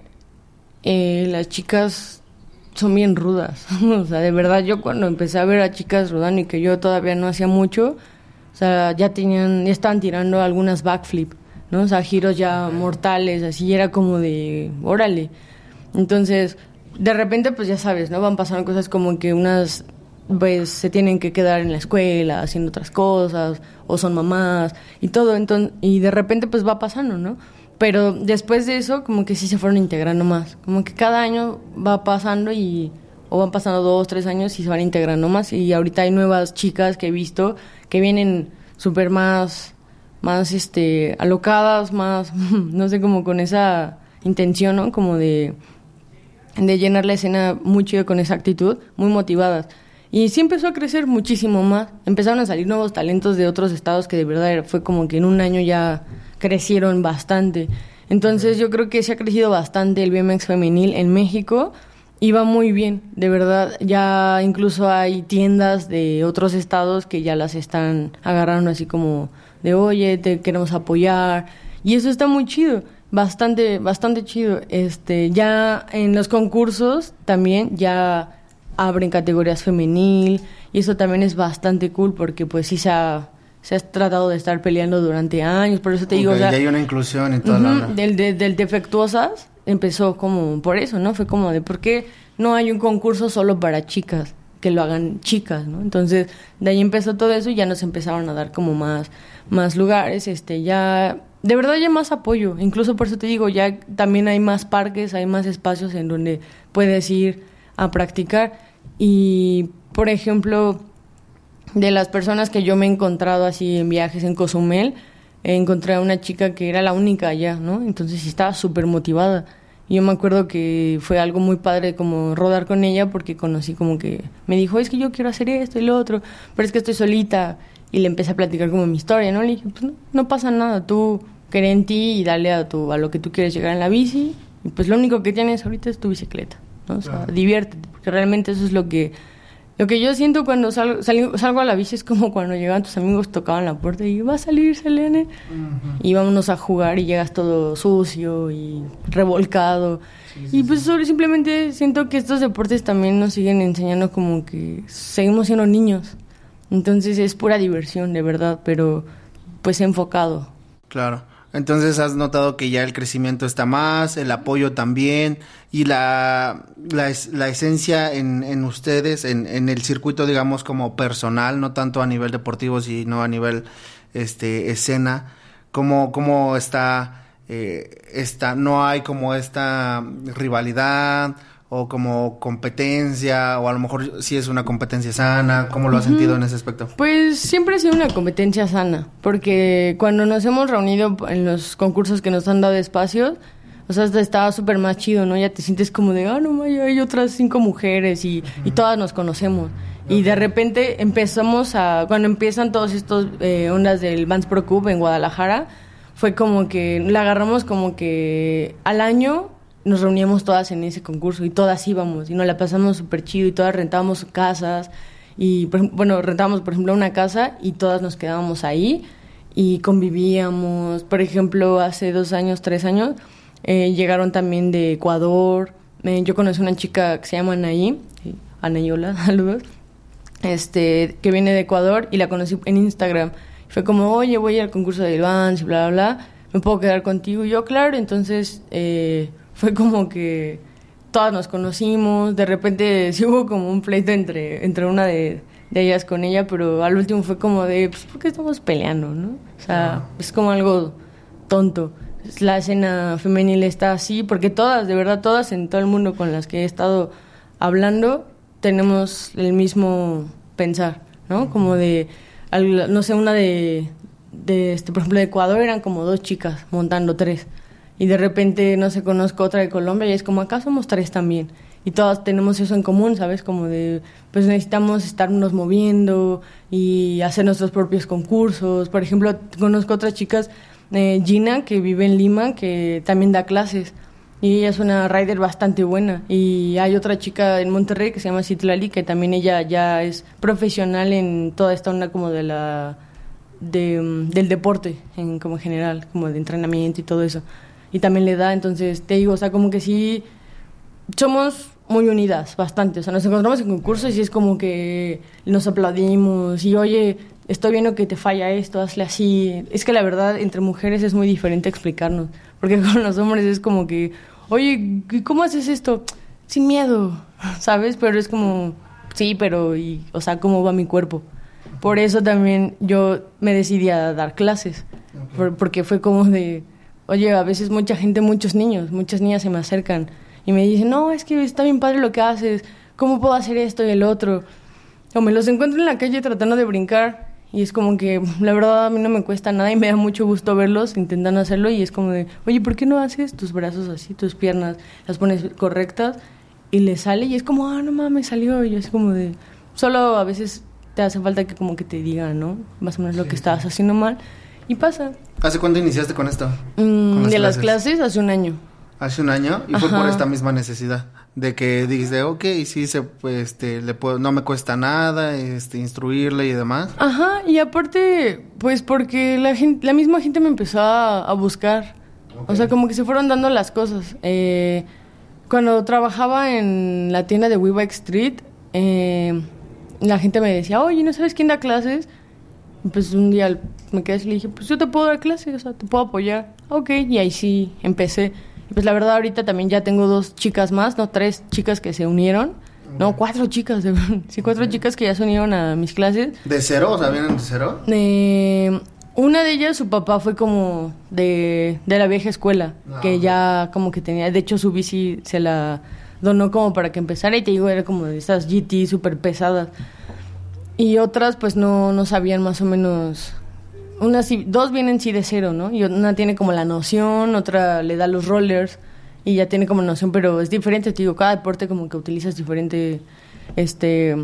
F: eh, las chicas son bien rudas. O sea, de verdad, yo cuando empecé a ver a chicas rodando y que yo todavía no hacía mucho, o sea, ya tenían, ya estaban tirando algunas backflip, ¿no? O sea, giros ya mortales, así, era como de, órale. Entonces, de repente, pues ya sabes, ¿no? Van pasando cosas como que unas, pues, se tienen que quedar en la escuela haciendo otras cosas, o son mamás, y todo, entonces, y de repente, pues, va pasando, ¿no? Pero después de eso, como que sí se fueron integrando más. Como que cada año va pasando y, o van pasando dos, tres años y se van integrando más. Y ahorita hay nuevas chicas que he visto que vienen súper más... más este alocadas, más, no sé, como con esa intención, ¿no? Como de, de llenar la escena muy chido con esa actitud, muy motivadas. Y sí empezó a crecer muchísimo más. Empezaron a salir nuevos talentos de otros estados que de verdad fue como que en un año ya crecieron bastante. Entonces yo creo que se ha crecido bastante el B M X femenil en México y va muy bien, de verdad. Ya incluso hay tiendas de otros estados que ya las están agarrando así como... de oye, te queremos apoyar, y eso está muy chido, bastante, bastante chido. Este, ya en los concursos también ya abren categorías femenil, y eso también es bastante cool, porque pues sí se ha, se ha tratado de estar peleando durante años, por eso te digo,
B: okay,
F: o sea,
B: ya hay una inclusión y toda
F: uh-huh,
B: la...
F: del, de, del defectuosas empezó como por eso, ¿no? Fue como de, ¿por qué no hay un concurso solo para chicas? Que lo hagan chicas, ¿no? Entonces, de ahí empezó todo eso y ya nos empezaron a dar como más, más lugares, este, ya, de verdad ya más apoyo, incluso por eso te digo, ya también hay más parques, hay más espacios en donde puedes ir a practicar. Y, por ejemplo, de las personas que yo me he encontrado así en viajes en Cozumel, encontré a una chica que era la única allá, ¿no? Entonces sí estaba súper motivada. Y yo me acuerdo que fue algo muy padre como rodar con ella, porque conocí como que me dijo, es que yo quiero hacer esto y lo otro, pero es que estoy solita. Y le empecé a platicar como mi historia, ¿no? Le dije, pues no, no pasa nada, tú cree en ti y dale a, tu, a lo que tú quieres llegar en la bici. Y pues lo único que tienes ahorita es tu bicicleta, ¿no? O sea, claro. Diviértete, porque realmente eso es lo que Lo que yo siento cuando salgo, salgo, salgo a la bici es como cuando llegan tus amigos, tocaban la puerta y va a salir Selene. Uh-huh. Y vámonos a jugar y llegas todo sucio y revolcado. Sí, sí, y pues sí. Simplemente siento que estos deportes también nos siguen enseñando como que seguimos siendo niños. Entonces es pura diversión, de verdad, pero pues enfocado.
B: Claro. Entonces has notado que ya el crecimiento está más, el apoyo también y la la, la esencia en, en ustedes, en, en el circuito, digamos, como personal, no tanto a nivel deportivo, sino a nivel este escena. ¿Cómo, cómo está, eh, esta, no hay como esta rivalidad o como competencia, o a lo mejor sí es una competencia sana? ¿Cómo lo has uh-huh. sentido en ese aspecto?
F: Pues siempre ha sido una competencia sana, porque cuando nos hemos reunido en los concursos que nos han dado espacios, o sea, hasta estaba súper más chido, ¿no? Ya te sientes como de, ah, no, ya hay otras cinco mujeres y, uh-huh. y todas nos conocemos. Okay. Y de repente empezamos a, cuando empiezan todos estos eh, ondas del Vans Pro Cup en Guadalajara, fue como que la agarramos como que al año nos reuníamos todas en ese concurso y todas íbamos y nos la pasamos súper chido y todas rentábamos casas y, por, bueno, rentábamos, por ejemplo, una casa y todas nos quedábamos ahí y convivíamos. Por ejemplo, hace dos años, tres años, eh, llegaron también de Ecuador. Eh, yo conocí a una chica que se llama Anaí, Anayola, saludos, este, que viene de Ecuador y la conocí en Instagram. Fue como, oye, voy al concurso de Vans y bla, bla, bla, ¿me puedo quedar contigo? Y yo, claro. Entonces, eh... fue como que todas nos conocimos, de repente sí hubo como un pleito entre, entre una de, de ellas con ella, pero al último fue como de, pues, ¿por qué estamos peleando, no? O sea, uh-huh. es como algo tonto. La escena femenil está así, porque todas, de verdad, todas en todo el mundo con las que he estado hablando, tenemos el mismo pensar, ¿no? Uh-huh. Como de, no sé, una de, de este, por ejemplo, de Ecuador eran como dos chicas montando tres. Y de repente, no sé, conozco otra de Colombia y es como, acá somos tres también. Y todas tenemos eso en común, ¿sabes? Como de, pues necesitamos estarnos moviendo y hacer nuestros propios concursos. Por ejemplo, conozco otras chicas, eh, Gina, que vive en Lima, que también da clases. Y ella es una rider bastante buena. Y hay otra chica en Monterrey que se llama Citlali, que también ella ya es profesional en toda esta onda como de la... De, del deporte, en, como en general, como de entrenamiento y todo eso. Y también le da, entonces te digo, o sea, como que sí somos muy unidas, bastante, o sea, nos encontramos en concursos y es como que nos aplaudimos y, oye, estoy viendo que te falla esto, hazle así. Es que la verdad, entre mujeres es muy diferente explicarnos, porque con los hombres es como que, oye, ¿cómo haces esto? Sin miedo, ¿sabes? Pero es como, sí, pero, y, o sea, ¿cómo va mi cuerpo? Por eso también yo me decidí a dar clases, okay. por, porque fue como de... Oye, a veces mucha gente, muchos niños, muchas niñas se me acercan y me dicen, no, es que está bien padre lo que haces, ¿cómo puedo hacer esto y el otro? O me los encuentro en la calle tratando de brincar y es como que, la verdad, a mí no me cuesta nada y me da mucho gusto verlos intentando hacerlo y es como de, oye, ¿por qué no haces tus brazos así, tus piernas, las pones correctas? Y les sale y es como, ah, no mames, salió. Y es como de, solo a veces te hace falta que como que te digan, ¿no? Más o menos lo sí, que sí. estabas haciendo mal. Y pasa.
B: ¿Hace cuánto iniciaste con esto?
F: Mm, con las de clases? las clases, hace un año.
B: ¿Hace un año? Y Ajá. fue por esta misma necesidad. De que dijiste, ok, sí, se, pues, este, le puedo, no me cuesta nada este, instruirle y demás.
F: Ajá, y aparte, pues porque la, gente, la misma gente me empezó a, a buscar. Okay. O sea, como que se fueron dando las cosas. Eh, cuando trabajaba en la tienda de WeBike Street, eh, la gente me decía, oye, ¿no sabes quién da clases? Pues un día me quedé y le dije, pues yo te puedo dar clases, o sea, te puedo apoyar. Ok, y ahí sí empecé. Y pues la verdad ahorita también ya tengo dos chicas más, no, tres chicas que se unieron. Okay. No, cuatro chicas, sí, cuatro okay. chicas que ya se unieron a mis clases.
B: ¿De cero? O sea, ¿vienen de cero?
F: Eh, una de ellas, su papá fue como de, de la vieja escuela, no, que okay. ya como que tenía, de hecho su bici se la donó como para que empezara y te digo, era como de estas G T súper pesadas. Y otras pues no, no sabían más o menos, unas dos vienen sí de cero, ¿no? Y una tiene como la noción, otra le da los rollers y ya tiene como noción, pero es diferente, te digo, cada deporte como que utilizas diferente este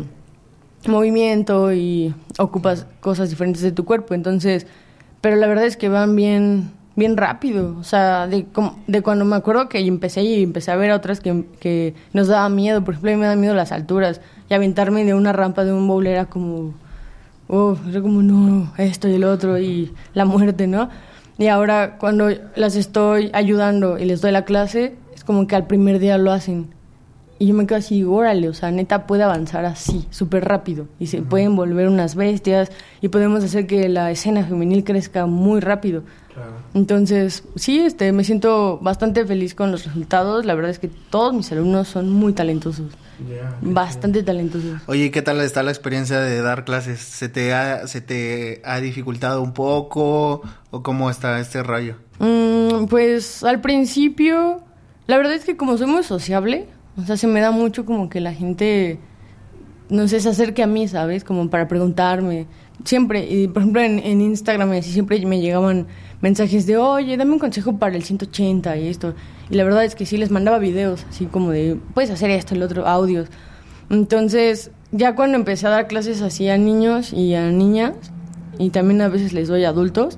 F: movimiento y ocupas cosas diferentes de tu cuerpo, entonces, pero la verdad es que van bien, bien rápido. O sea, de, de cuando me acuerdo que empecé y empecé a ver a otras que, que nos daba miedo. Por ejemplo, a mí me da miedo las alturas. Y aventarme de una rampa de un bowl era como... Oh, era como, no, esto y el otro y la muerte, ¿no? Y ahora cuando las estoy ayudando y les doy la clase, es como que al primer día lo hacen. Y yo me quedo así, órale, o sea, neta puede avanzar así, súper rápido. Y se uh-huh. pueden volver unas bestias y podemos hacer que la escena femenil crezca muy rápido. Claro. Entonces, sí, este, me siento bastante feliz con los resultados. La verdad es que todos mis alumnos son muy talentosos. Yeah, bastante yeah. talentosos.
B: Oye, ¿qué tal está la experiencia de dar clases? ¿Se te ha, se te ha dificultado un poco o cómo está este rollo?
F: Mm, pues al principio, la verdad es que como soy muy sociable, o sea, se me da mucho como que la gente, no sé, se acerque a mí, ¿sabes? Como para preguntarme. Siempre, y por ejemplo en, en Instagram así siempre me llegaban mensajes de, oye, dame un consejo para el ciento ochenta y esto. Y la verdad es que sí, les mandaba videos, así como de, puedes hacer esto, el otro, audios. Entonces, ya cuando empecé a dar clases así a niños y a niñas, y también a veces les doy a adultos,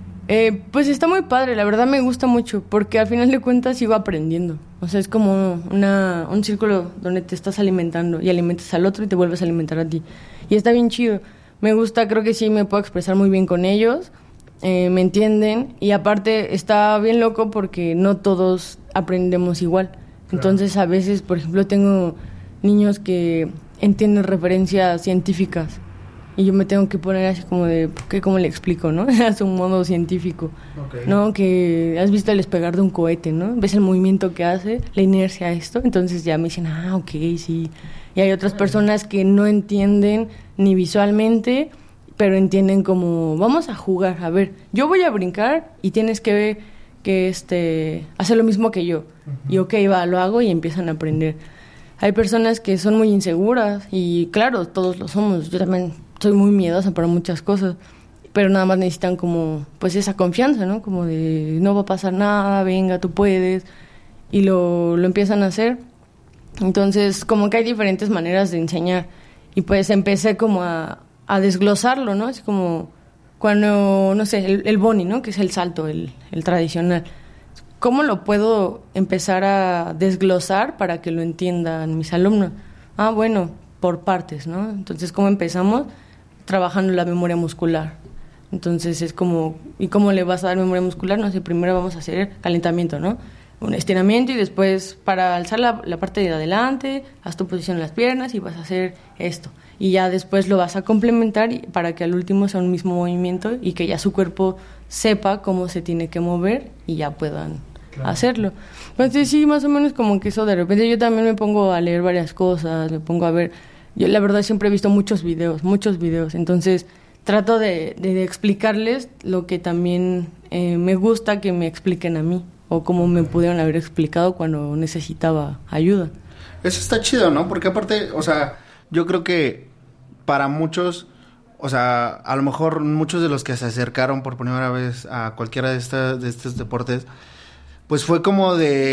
F: eh, pues está muy padre, la verdad me gusta mucho, porque al final de cuentas sigo aprendiendo. O sea, es como una, un círculo donde te estás alimentando y alimentas al otro y te vuelves a alimentar a ti. Y está bien chido. Me gusta, creo que sí me puedo expresar muy bien con ellos, eh, me entienden, y aparte está bien loco porque no todos aprendemos igual. Claro. Entonces a veces, por ejemplo, tengo niños que entienden referencias científicas y yo me tengo que poner así como de, ¿qué, cómo le explico, no? A su modo científico, okay. ¿no? Que has visto el despegar de un cohete, ¿no? Ves el movimiento que hace, la inercia, esto, entonces ya me dicen, ah, ok, sí. Y hay otras personas que no entienden ni visualmente, pero entienden como, vamos a jugar, a ver, yo voy a brincar y tienes que, que este, hacer lo mismo que yo. Uh-huh. Y ok, va, lo hago y empiezan a aprender. Hay personas que son muy inseguras y claro, todos lo somos. Yo también soy muy miedosa para muchas cosas, pero nada más necesitan como, pues esa confianza, ¿no? Como de, no va a pasar nada, venga, tú puedes, y lo, lo empiezan a hacer. Entonces, como que hay diferentes maneras de enseñar. Y pues empecé como a, a desglosarlo, ¿no? Es como cuando, no sé, el, el boni, ¿no? Que es el salto, el, el tradicional. ¿Cómo lo puedo empezar a desglosar para que lo entiendan mis alumnos? Ah, bueno, por partes, ¿no? Entonces, ¿cómo empezamos? Trabajando la memoria muscular. Entonces, es como, ¿y cómo le vas a dar memoria muscular? No sé, primero vamos a hacer calentamiento, ¿no? Un estiramiento y después para alzar la, la parte de adelante, haz tu posición en las piernas y vas a hacer esto. Y ya después lo vas a complementar para que al último sea un mismo movimiento y que ya su cuerpo sepa cómo se tiene que mover y ya puedan claro. hacerlo. Entonces sí, más o menos como que eso de repente yo también me pongo a leer varias cosas, me pongo a ver, yo la verdad siempre he visto muchos videos, muchos videos, entonces trato de, de, de explicarles lo que también eh, me gusta que me expliquen a mí. O como me pudieron haber explicado cuando necesitaba ayuda.
B: Eso está chido, ¿no? Porque aparte, o sea, yo creo que para muchos, o sea, a lo mejor muchos de los que se acercaron por primera vez a cualquiera de, esta, de estos deportes, pues fue como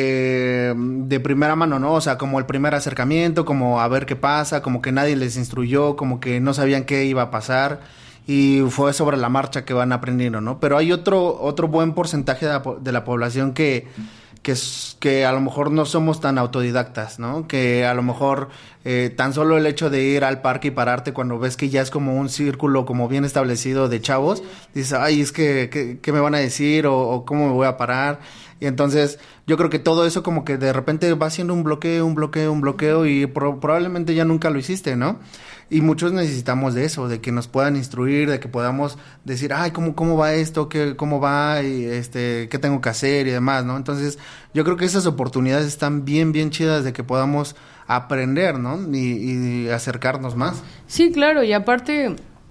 B: de, de primera mano, ¿no? O sea, como el primer acercamiento, como a ver qué pasa, como que nadie les instruyó, como que no sabían qué iba a pasar. Y fue sobre la marcha que van aprendiendo, ¿no? Pero hay otro otro buen porcentaje de la, de la población que, que, que a lo mejor no somos tan autodidactas, ¿no? Que a lo mejor eh, tan solo el hecho de ir al parque y pararte cuando ves que ya es como un círculo como bien establecido de chavos, dices, ay, es que, que ¿qué me van a decir? O, o ¿cómo me voy a parar? Y entonces yo creo que todo eso como que de repente va haciendo un bloqueo, un bloqueo, un bloqueo y pro- probablemente ya nunca lo hiciste, ¿no? Y muchos necesitamos de eso, de que nos puedan instruir, de que podamos decir, ay, ¿cómo, cómo va esto? ¿Qué, cómo va? Y este, ¿qué tengo que hacer? Y demás, ¿no? Entonces, yo creo que esas oportunidades están bien, bien chidas de que podamos aprender, ¿no? Y, y acercarnos más.
F: Sí, claro, y aparte,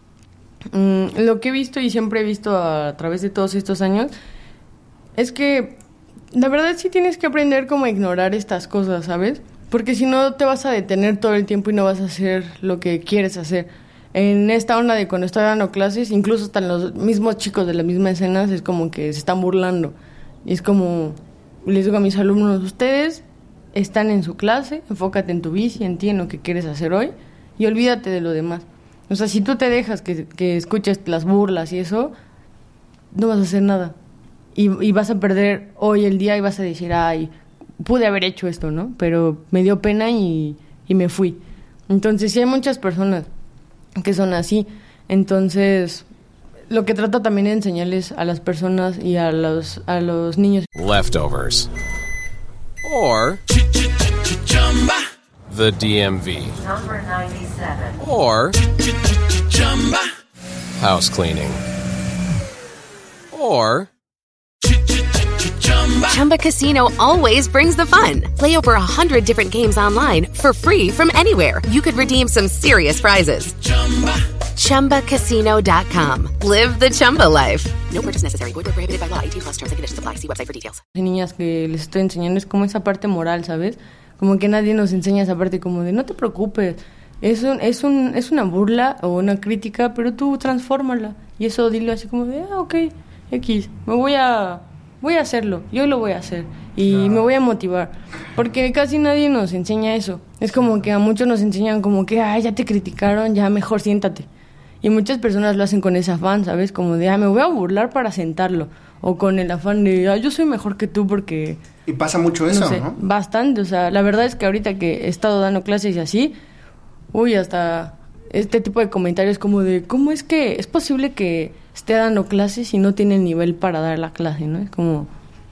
F: mmm, lo que he visto y siempre he visto a, a través de todos estos años, es que, la verdad sí tienes que aprender cómo ignorar estas cosas, ¿sabes? Porque si no te vas a detener todo el tiempo y no vas a hacer lo que quieres hacer. En esta onda de cuando estoy dando clases, incluso hasta los mismos chicos de las mismas escenas es como que se están burlando. Y es como, les digo a mis alumnos, ustedes están en su clase, enfócate en tu bici, en ti, en lo que quieres hacer hoy y olvídate de lo demás. O sea, si tú te dejas que, que escuches las burlas y eso, no vas a hacer nada. y, y vas a perder hoy el día y vas a decir, ay, pude haber hecho esto, ¿no? Pero me dio pena y, y me fui. Entonces sí hay muchas personas que son así. Entonces lo que trato también de enseñarles a las personas y a los, a los niños.
G: Leftovers. Or the D M V.
H: Number ninety-seven.
G: Or house cleaning. Or
I: Chumba Casino always brings the fun. Play over a hundred different games online for free from anywhere. You could redeem some serious prizes. Chumba Casino dot com. Live the Chumba life. No purchase necessary. Void where prohibited by law. eighteen plus terms and conditions apply. See website for details.
F: Niñas que les estoy enseñando es como esa parte moral, ¿sabes? Como que nadie nos enseña esa parte como de no te preocupes. Es un, es un, es una burla o una crítica, pero tú transfórmala. Y eso dilo así como de, ah, ok, X, me voy a, voy a hacerlo, yo lo voy a hacer. Y claro, me voy a motivar. Porque casi nadie nos enseña eso. Es como que a muchos nos enseñan como que, ay, ya te criticaron, ya mejor siéntate. Y muchas personas lo hacen con ese afán, ¿sabes? Como de, ah, me voy a burlar para sentarlo. O con el afán de, ah, yo soy mejor que tú porque...
B: Y pasa mucho eso,
F: ¿no? Sé, ¿no? Bastante, o sea, la verdad es que ahorita que he estado dando clases y así, uy, hasta este tipo de comentarios como de, ¿cómo es que es posible que esté dando clases y no tiene el nivel para dar la clase, ¿no? Es como,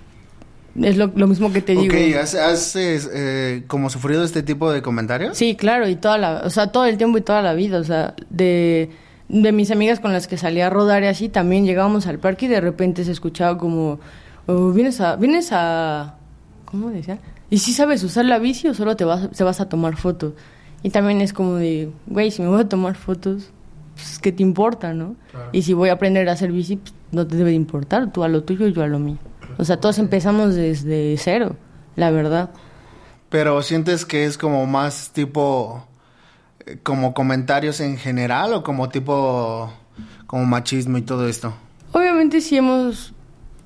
F: es lo, lo mismo que te digo.
B: Ok, ¿has, has eh, como sufrido este tipo de comentarios?
F: Sí, claro, y toda la, o sea, todo el tiempo y toda la vida, o sea, de... de mis amigas con las que salía a rodar y así, también llegábamos al parque y de repente se escuchaba como, oh, vienes a, vienes a, ¿cómo decía? ¿Y si sabes usar la bici o solo te vas, te vas a tomar fotos? Y también es como de, güey, si me voy a tomar fotos, pues, ¿qué te importa, no? Claro. Y si voy a aprender a hacer bici, pues, no te debe de importar, tú a lo tuyo y yo a lo mío. O sea, todos empezamos desde cero, la verdad.
B: Pero ¿sientes que es como más tipo... como comentarios en general o como tipo como machismo y todo esto?
F: Obviamente sí hemos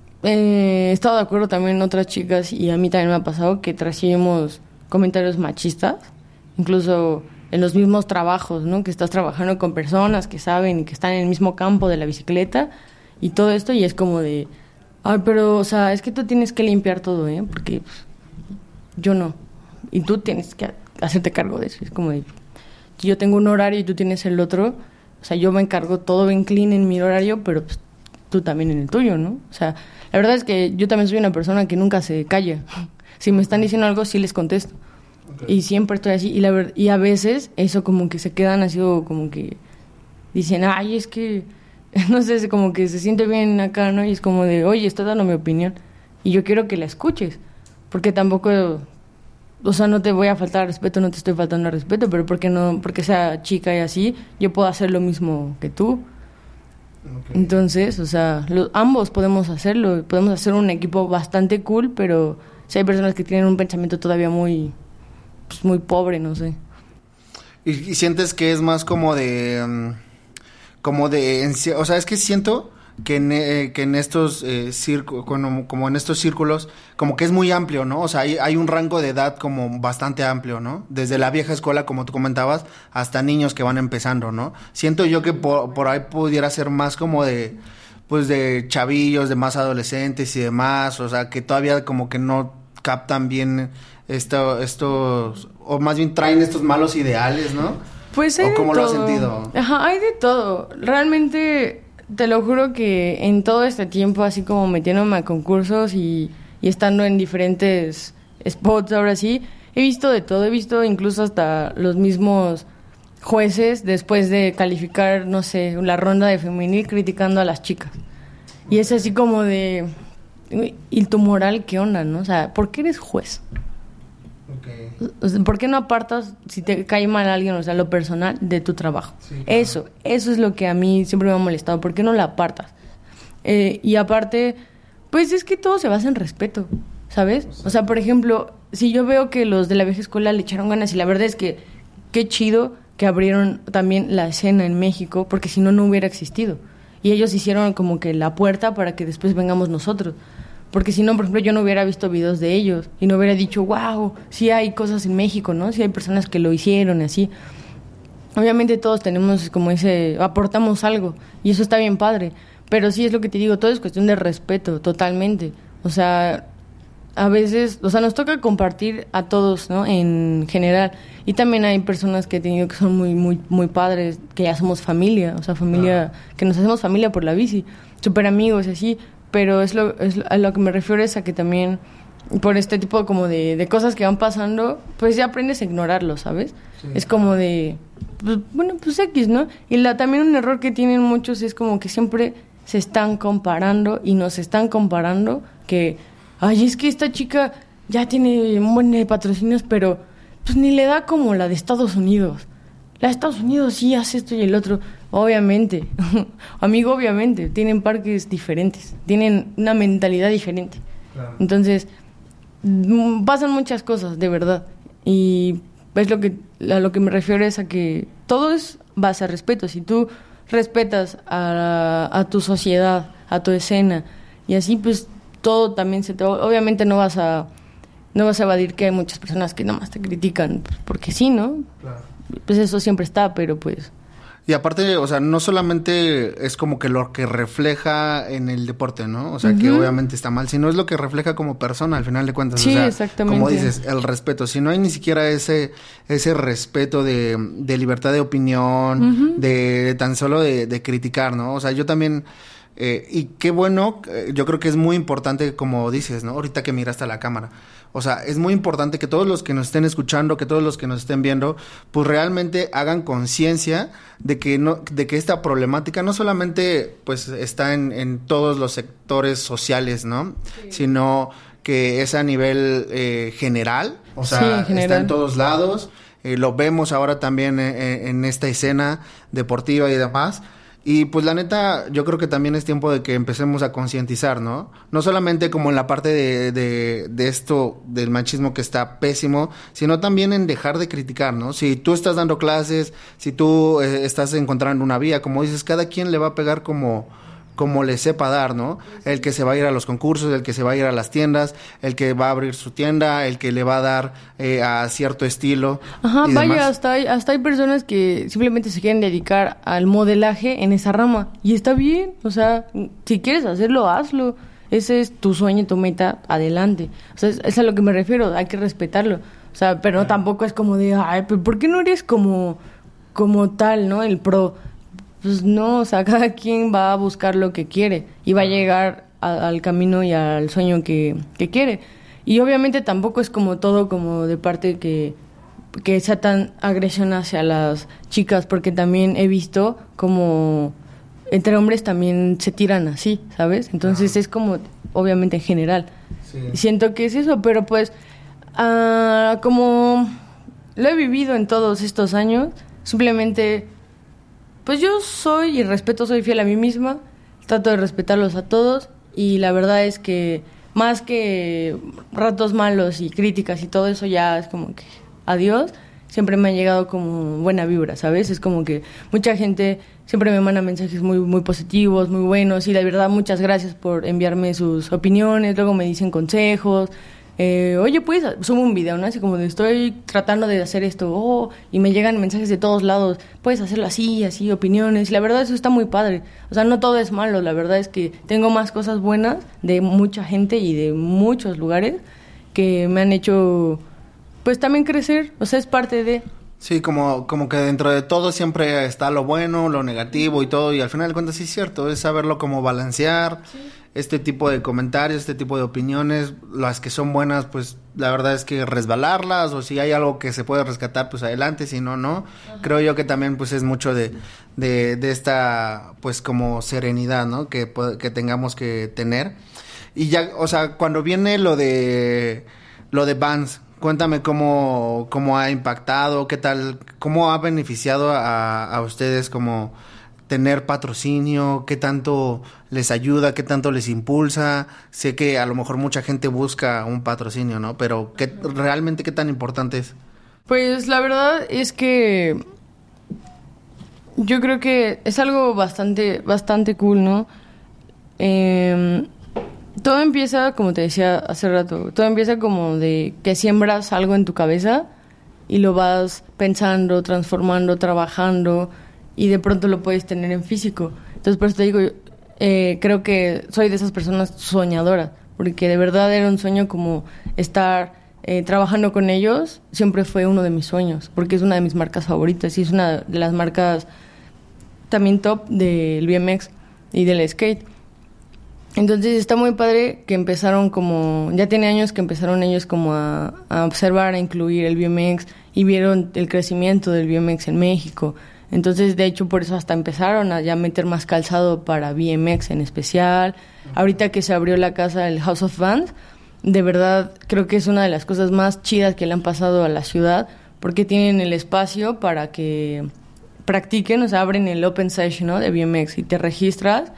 F: eh, estado de acuerdo también en otras chicas y a mí también me ha pasado que recibimos comentarios machistas, incluso en los mismos trabajos, ¿no? Que estás trabajando con personas que saben y que están en el mismo campo de la bicicleta y todo esto y es como de, ay, pero, o sea, es que tú tienes que limpiar todo, ¿eh? Porque pues, yo no. Y tú tienes que hacerte cargo de eso. Es como de... yo tengo un horario y tú tienes el otro, o sea, yo me encargo todo bien clean en mi horario, pero pues, tú también en el tuyo, ¿no? O sea, la verdad es que yo también soy una persona que nunca se calla. Si me están diciendo algo, sí les contesto. Okay. Y siempre estoy así. Y, la ver- y a veces eso como que se quedan así o como que dicen, ay, es que, no sé, como que se siente bien acá, ¿no? Y es como de, oye, estoy dando mi opinión. Y yo quiero que la escuches, porque tampoco... o sea, no te voy a faltar al respeto, no te estoy faltando al respeto, pero porque no, porque sea chica y así, yo puedo hacer lo mismo que tú. Okay. Entonces, o sea, lo, ambos podemos hacerlo, podemos hacer un equipo bastante cool, pero si hay personas que tienen un pensamiento todavía muy, pues, muy pobre, no sé.
B: ¿Y, y sientes que es más como de, um, como de, o sea, es que siento que en, eh, que en estos eh, círculos, como, como en estos círculos, como que es muy amplio, ¿no? O sea, hay, hay un rango de edad como bastante amplio, ¿no? Desde la vieja escuela, como tú comentabas, hasta niños que van empezando, ¿no? Siento yo que por, por ahí pudiera ser más como de, pues de chavillos, de más adolescentes y demás, o sea, que todavía como que no captan bien esto, estos, o más bien traen estos malos ideales, ¿no?
F: Pues hay
B: ¿O cómo
F: de
B: lo
F: todo.
B: has sentido?
F: Ajá, hay de todo. Realmente... te lo juro que en todo este tiempo, así como metiéndome a concursos y, y estando en diferentes spots ahora sí, he visto de todo, he visto incluso hasta los mismos jueces después de calificar, no sé, la ronda de femenil criticando a las chicas. Y es así como de, ¿y tu moral qué onda, no? O sea, ¿por qué eres juez? Okay. O sea, ¿por qué no apartas si te cae mal a alguien, o sea, lo personal de tu trabajo? Sí, claro. Eso, eso es lo que a mí siempre me ha molestado. ¿Por qué no la apartas? Eh, y aparte, pues es que todo se basa en respeto, ¿sabes? O sea, o sea, por ejemplo, si yo veo que los de la vieja escuela le echaron ganas y la verdad es que qué chido que abrieron también la escena en México, porque si no, no hubiera existido. Y ellos hicieron como que la puerta para que después vengamos nosotros. Porque si no, por ejemplo, yo no hubiera visto videos de ellos y no hubiera dicho, wow, sí hay cosas en México, ¿no? Sí hay personas que lo hicieron y así. Obviamente todos tenemos como ese, aportamos algo y eso está bien padre. Pero sí es lo que te digo, todo es cuestión de respeto, totalmente. O sea, a veces, o sea, nos toca compartir a todos, ¿no? En general. Y también hay personas que he tenido que son muy, muy, muy padres, que ya somos familia, o sea, familia, ah. que nos hacemos familia por la bici, súper amigos y así. Pero es lo, es a lo que me refiero es a que también, por este tipo como de, de cosas que van pasando, pues ya aprendes a ignorarlo, ¿sabes? Sí. Es como de, pues, bueno, pues X, ¿no? Y la, también un error que tienen muchos es como que siempre se están comparando y nos están comparando que... Ay, es que esta chica ya tiene un buen de patrocinios, pero pues ni le da como la de Estados Unidos. La de Estados Unidos sí hace esto y el otro. Obviamente, amigo, obviamente, tienen parques diferentes, tienen una mentalidad diferente. Claro. Entonces, m- pasan muchas cosas, de verdad. Y es lo que, a lo que me refiero es a que todo es base a respeto. Si tú respetas a, a tu sociedad, a tu escena, y así pues... todo también se te... Obviamente no vas a no vas a evadir que hay muchas personas que nada más te critican, pues, porque sí, ¿no? Claro. Pues eso siempre está, pero pues...
B: Y aparte, o sea, no solamente es como que lo que refleja en el deporte, ¿no? O sea, uh-huh. que obviamente está mal, sino es lo que refleja como persona, al final de cuentas.
F: Sí,
B: o sea,
F: exactamente.
B: Como dices, el respeto. Si no hay ni siquiera ese ese respeto de, de libertad de opinión, uh-huh. de, de tan solo de, de criticar, ¿no? O sea, yo también... Eh, y qué bueno, eh, yo creo que es muy importante, como dices, ¿no? Ahorita que miraste a la cámara. O sea, es muy importante que todos los que nos estén escuchando, que todos los que nos estén viendo, pues realmente hagan conciencia de que no, de que esta problemática no solamente pues está en, en todos los sectores sociales, ¿no? Sí. Sino que es a nivel eh, general, o sea, sí, en general. Está en todos lados. Eh, lo vemos ahora también en, en esta escena deportiva y demás. Y pues la neta, yo creo que también es tiempo de que empecemos a concientizar, ¿no? No solamente como en la parte de, de, de esto, del machismo que está pésimo, sino también en dejar de criticar, ¿no? Si tú estás dando clases, si tú eh, estás encontrando una vía, como dices, cada quien le va a pegar como... como le sepa dar, ¿no? El que se va a ir a los concursos, el que se va a ir a las tiendas, el que va a abrir su tienda, el que le va a dar eh, a cierto estilo.
F: Ajá, vaya, hasta hay, hasta hay personas que simplemente se quieren dedicar al modelaje en esa rama. Y está bien, o sea, si quieres hacerlo, hazlo. Ese es tu sueño, tu meta, adelante. O sea, es, es a lo que me refiero, hay que respetarlo. O sea, pero no, tampoco es como de, ay, pero ¿por qué no eres como, como tal, ¿no? El pro... Pues no, o sea, cada quien va a buscar lo que quiere y va a llegar a, al camino y al sueño que, que quiere. Y obviamente tampoco es como todo como de parte que, que sea tan agresión hacia las chicas, porque también he visto como entre hombres también se tiran así, ¿sabes? Entonces es como, obviamente en general. Sí. Siento que es eso, pero pues uh, como lo he vivido en todos estos años, simplemente... Pues yo soy y respeto, soy fiel a mí misma, trato de respetarlos a todos y la verdad es que más que ratos malos y críticas y todo eso ya es como que adiós, siempre me ha llegado como buena vibra, ¿sabes? Es como que mucha gente siempre me manda mensajes muy, muy positivos, muy buenos y la verdad muchas gracias por enviarme sus opiniones, luego me dicen consejos. Eh, oye, pues, subo un video, ¿no? Así como de estoy tratando de hacer esto, oh, y me llegan mensajes de todos lados, puedes hacerlo así, así, opiniones, y la verdad eso está muy padre. O sea, no todo es malo, la verdad es que tengo más cosas buenas de mucha gente y de muchos lugares que me han hecho, pues, también crecer, o sea, es parte de...
B: Sí, como, como que dentro de todo siempre está lo bueno, lo negativo y todo, y al final de cuentas sí es cierto, es saberlo cómo balancear, sí. Este tipo de comentarios, este tipo de opiniones, las que son buenas, pues la verdad es que resbalarlas, o si hay algo que se puede rescatar, pues adelante, si no, no. Ajá. Creo yo que también pues es mucho de, de, de esta, pues como serenidad, ¿no? Que, que tengamos que tener. Y ya, o sea, cuando viene lo de, lo de Vans, cuéntame cómo, cómo ha impactado, qué tal, cómo ha beneficiado a, a ustedes como tener patrocinio, qué tanto les ayuda, qué tanto les impulsa. Sé que a lo mejor mucha gente busca un patrocinio, ¿no? Pero ¿qué, realmente qué tan importante es?
F: Pues la verdad es que yo creo que es algo bastante, bastante cool, ¿no? Eh, todo empieza, como te decía hace rato, todo empieza como de que siembras algo en tu cabeza y lo vas pensando, transformando, trabajando y de pronto lo puedes tener en físico. Entonces por eso te digo, eh, creo que soy de esas personas soñadoras, porque de verdad era un sueño como estar eh, trabajando con ellos, siempre fue uno de mis sueños, porque es una de mis marcas favoritas y es una de las marcas también top del B M X y del skate. Entonces está muy padre que empezaron como, ya tiene años que empezaron ellos como a, a observar, a incluir el B M X y vieron el crecimiento del B M X en México. Entonces, de hecho, por eso hasta empezaron a ya meter más calzado para B M X en especial. Ahorita que se abrió la casa del House of Bands, de verdad creo que es una de las cosas más chidas que le han pasado a la ciudad, porque tienen el espacio para que practiquen, o sea, abren el Open Session, ¿no?, de B M X y te registras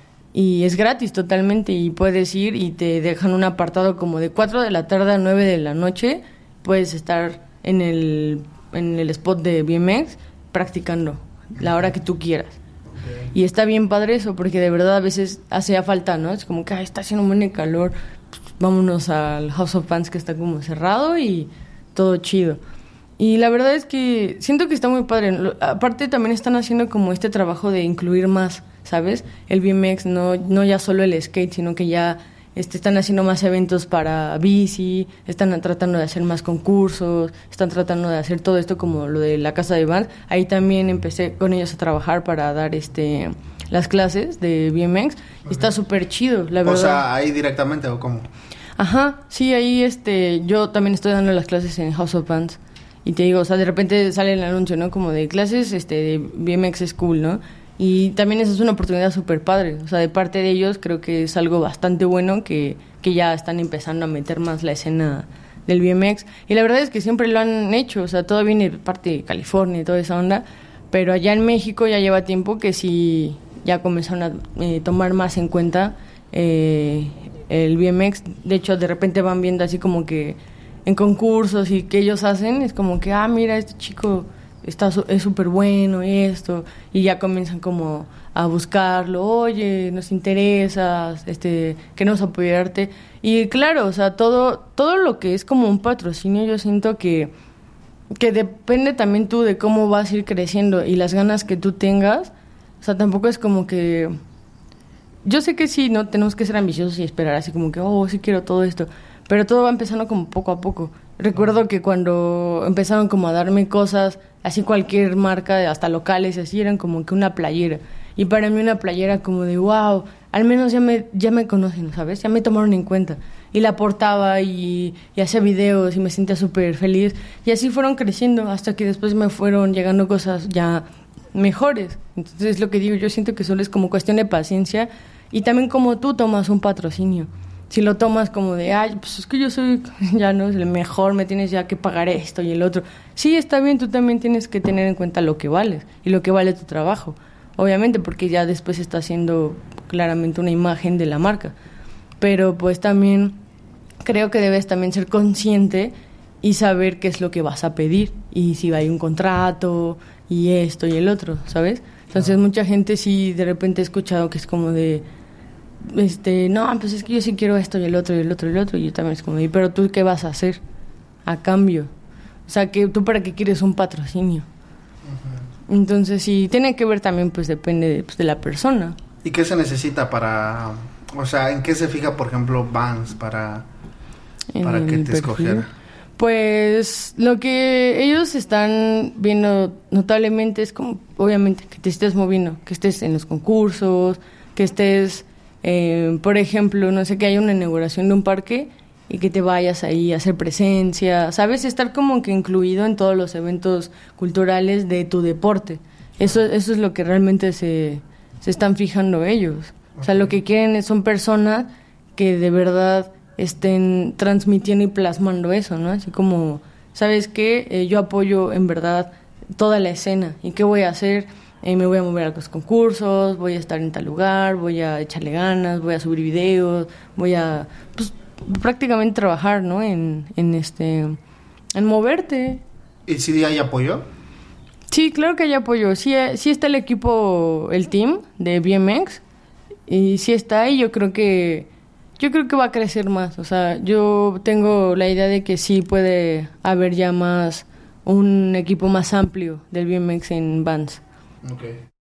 F: y es gratis totalmente y puedes ir y te dejan un apartado como de cuatro de la tarde a nueve de la noche, puedes estar en el, en el spot de B M X practicando la hora que tú quieras. Okay. Y está bien padre eso, porque de verdad a veces hacía falta, ¿no? Es como que ay, está haciendo un buen calor, pues, vámonos al House of Fans que está como cerrado y todo chido. Y la verdad es que siento que está muy padre. Lo, aparte también están haciendo como este trabajo de incluir más, ¿sabes? El B M X, no, no ya solo el skate, sino que ya este, están haciendo más eventos para bici, están tratando de hacer más concursos, están tratando de hacer todo esto como lo de la casa de bands. Ahí también empecé con ellos a trabajar para dar este las clases de B M X. Y está súper chido, la verdad.
B: O sea, ahí directamente, ¿o cómo?
F: Ajá, sí, ahí este yo también estoy dando las clases en House of Bands. Y te digo, o sea, de repente sale el anuncio, ¿no? Como de clases este, de B M X School, ¿no? Y también esa es una oportunidad súper padre. O sea, de parte de ellos creo que es algo bastante bueno que, que ya están empezando a meter más la escena del B M X. Y la verdad es que siempre lo han hecho. O sea, todo viene de parte de California y toda esa onda. Pero allá en México ya lleva tiempo que sí ya comenzaron a eh, tomar más en cuenta eh, el B M X. De hecho, de repente van viendo así como que en concursos y que ellos hacen, es como que, ah, mira, este chico está es súper bueno y esto, y ya comienzan como a buscarlo, oye, nos interesa, este, queremos apoyarte. Y claro, o sea, todo todo lo que es como un patrocinio, yo siento que, que depende también tú de cómo vas a ir creciendo y las ganas que tú tengas. O sea, tampoco es como que... Yo sé que sí, ¿no? Tenemos que ser ambiciosos y esperar así como que, oh, sí quiero todo esto. Pero todo va empezando como poco a poco. Recuerdo que cuando empezaron como a darme cosas, así cualquier marca, hasta locales, así, eran como que una playera. Y para mí una playera como de, wow, al menos ya me ya me conocen, ¿sabes? Ya me tomaron en cuenta. Y la portaba y, y hacía videos y me sentía súper feliz. Y así fueron creciendo hasta que después me fueron llegando cosas ya mejores. Entonces, es lo que digo, yo siento que solo es como cuestión de paciencia y también como tú tomas un patrocinio. Si lo tomas como de, ay, pues es que yo soy, ya no, es el mejor, me tienes ya que pagar esto y el otro. Sí, está bien, tú también tienes que tener en cuenta lo que vales y lo que vale tu trabajo. Obviamente, porque ya después está haciendo claramente una imagen de la marca. Pero pues también creo que debes también ser consciente y saber qué es lo que vas a pedir. Y si hay un contrato y esto y el otro, ¿sabes? Entonces, mucha gente sí de repente he escuchado que es como de... este no, pues es que yo sí quiero esto y el otro y el otro y el otro, y yo también es como, pero tú qué vas a hacer a cambio, o sea, que tú para qué quieres un patrocinio. Uh-huh. Entonces sí, tiene que ver también, pues depende de, pues, de la persona.
B: ¿Y qué se necesita para, o sea, en qué se fija, por ejemplo, Vans para, para que te escogiera?
F: Pues lo que ellos están viendo notablemente es como, obviamente, que te estés moviendo, que estés en los concursos, que estés... Eh, por ejemplo, no sé, que haya una inauguración de un parque y que te vayas ahí a hacer presencia, ¿sabes? Estar como que incluido en todos los eventos culturales de tu deporte. Eso, eso es lo que realmente se, se están fijando ellos. O sea, lo que quieren son personas que de verdad estén transmitiendo y plasmando eso, ¿no? Así como, ¿sabes qué? Eh, yo apoyo en verdad toda la escena. ¿Y qué voy a hacer? Eh, me voy a mover a los concursos, voy a estar en tal lugar, voy a echarle ganas, voy a subir videos, voy a, pues, prácticamente trabajar, ¿no? En, en este, en moverte.
B: ¿Y si hay apoyo?
F: Sí, claro que hay apoyo. Sí, sí está el equipo, el team de B M X, y sí está ahí. Yo creo que, yo creo que va a crecer más. O sea, yo tengo la idea de que sí puede haber ya más, un equipo más amplio del B M X en Vans.
B: Okay.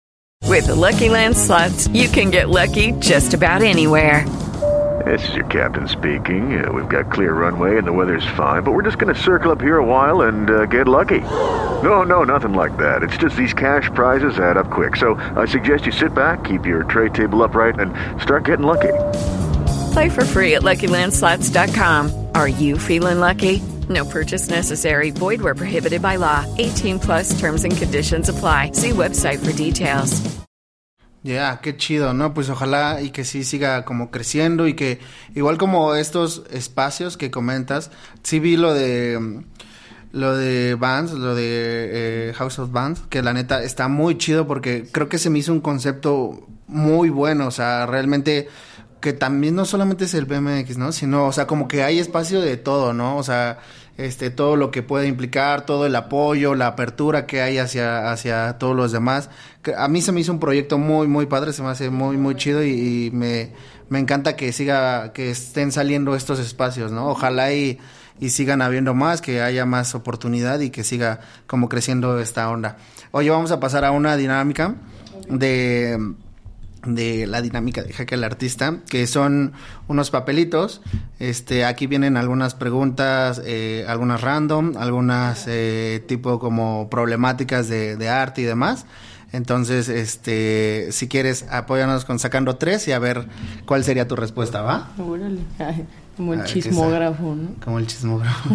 C: With the Lucky Land Slots, you can get lucky just about anywhere.
J: This is your captain speaking. Uh, we've got clear runway and the weather's fine, but we're just going to circle up here a while and uh, get lucky. No, no, nothing like that. It's just these cash prizes add up quick. So I suggest you sit back, keep your tray table upright, and start getting lucky.
C: Play for free at Lucky Land Slots dot com. Are you feeling lucky? No purchase necessary. Void where prohibited by law. eighteen plus terms and conditions apply. See website for details.
B: Ya, yeah, qué chido, ¿no? Pues ojalá y que sí siga como creciendo y que igual como estos espacios que comentas, sí vi lo de lo de Bands, lo de eh, House of Bands, que la neta está muy chido porque creo que se me hizo un concepto muy bueno, o sea, realmente que también no solamente es el B M X, ¿no? Sino, o sea, como que hay espacio de todo, ¿no? O sea, este, todo lo que puede implicar, todo el apoyo, la apertura que hay hacia, hacia todos los demás. A mí se me hizo un proyecto muy, muy padre, se me hace muy, muy chido y, y me, me encanta que siga, que estén saliendo estos espacios, ¿no? Ojalá y, y sigan habiendo más, que haya más oportunidad y que siga como creciendo esta onda. Oye, vamos a pasar a una dinámica de... de la dinámica de Jaque al Artista, que son unos papelitos. Este, aquí vienen algunas preguntas, eh, algunas random, algunas eh, tipo como problemáticas de, de arte y demás. Entonces, este, si quieres, apóyanos con sacando tres y a ver cuál sería tu respuesta, ¿va?
F: Órale. Ay, como el a chismógrafo, ¿no?
B: Como el chismógrafo.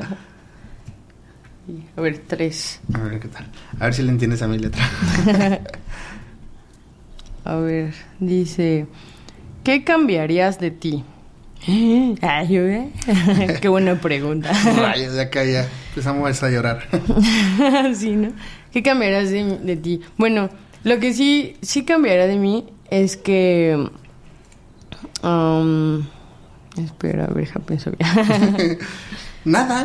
F: A ver, tres.
B: A ver qué tal. A ver si le entiendes a mi letra.
F: A ver, dice, ¿qué cambiarías de ti? Ay, ¿eh? Qué buena pregunta.
B: Rayos, de acá ya empezamos a llorar.
F: Sí, ¿no? ¿Qué cambiarías de, de ti? Bueno, lo que sí, sí cambiaría de mí es que... Um, espera, a ver, ja, pienso bien.
B: Nada.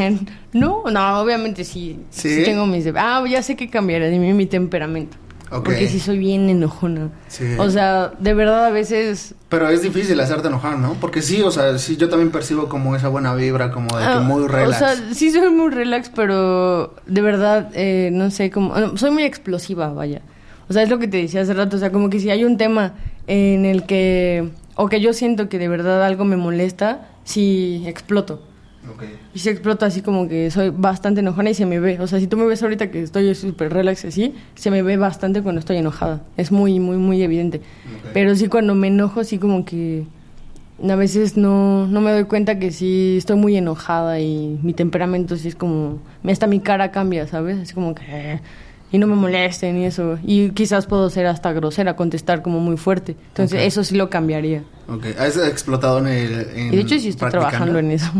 F: No, no, obviamente sí. Sí, sí tengo mis... Ah, ya sé que cambiaría de mí mi temperamento. Okay. Porque sí soy bien enojona. Sí. O sea, de verdad a veces...
B: Pero es difícil hacerte enojar, ¿no? Porque sí, o sea, sí yo también percibo como esa buena vibra, como de que ah, muy relax.
F: O sea, sí soy muy relax, pero de verdad, eh, no sé, como... Soy muy explosiva, vaya. O sea, es lo que te decía hace rato. O sea, como que si hay un tema en el que... O que yo siento que de verdad algo me molesta, sí exploto. Okay. Y se explota así como que soy bastante enojada y se me ve. O sea, si tú me ves ahorita que estoy súper relax así, se me ve bastante cuando estoy enojada. Es muy, muy, muy evidente. Okay. Pero sí cuando me enojo, sí como que a veces no, no me doy cuenta que sí estoy muy enojada y mi temperamento sí es como... Hasta mi cara cambia, ¿sabes? Es como que... Eh, y no me molesten y eso. Y quizás puedo ser hasta grosera, contestar como muy fuerte. Entonces okay. Eso sí lo cambiaría.
B: Ok. ¿Has explotado en el... En
F: y de hecho sí estoy trabajando en eso.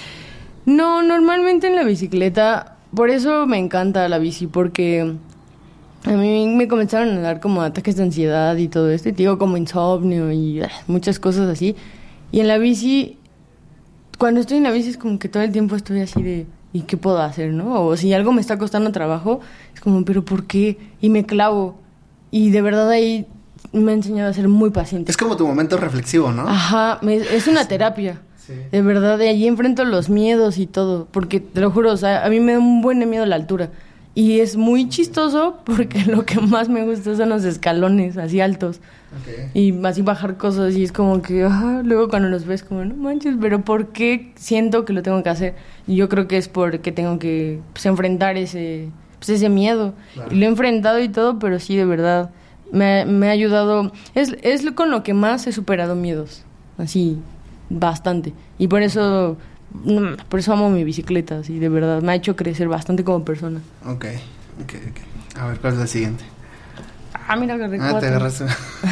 F: No, normalmente en la bicicleta, por eso me encanta la bici, porque a mí me comenzaron a dar como ataques de ansiedad y todo esto, y te digo como insomnio y uh, muchas cosas así. Y en la bici, cuando estoy en la bici es como que todo el tiempo estoy así de, ¿y qué puedo hacer, no? O si algo me está costando trabajo, es como, ¿pero por qué? Y me clavo. Y de verdad ahí me ha enseñado a ser muy paciente.
B: Es como tu momento reflexivo, ¿no?
F: Ajá, me, es una terapia. Sí. De verdad, de allí enfrento los miedos y todo, porque te lo juro, o sea, a mí me da un buen miedo la altura y es muy chistoso porque lo que más me gusta son los escalones así altos. Okay. Y así bajar cosas y es como que, ah, luego cuando los ves como, no manches, pero ¿por qué siento que lo tengo que hacer? Y yo creo que es porque tengo que pues, enfrentar ese, pues, ese miedo. Claro. Y lo he enfrentado y todo, pero sí, de verdad, me, me ha ayudado, es, es con lo que más he superado miedos, así... Bastante. Y por eso por eso amo mi bicicleta, sí, de verdad. Me ha hecho crecer bastante como persona.
B: Ok, ok, ok. A ver, ¿cuál es la siguiente?
F: Ah, mira, agarré
B: Ah,
F: cuatro.
B: te agarraste.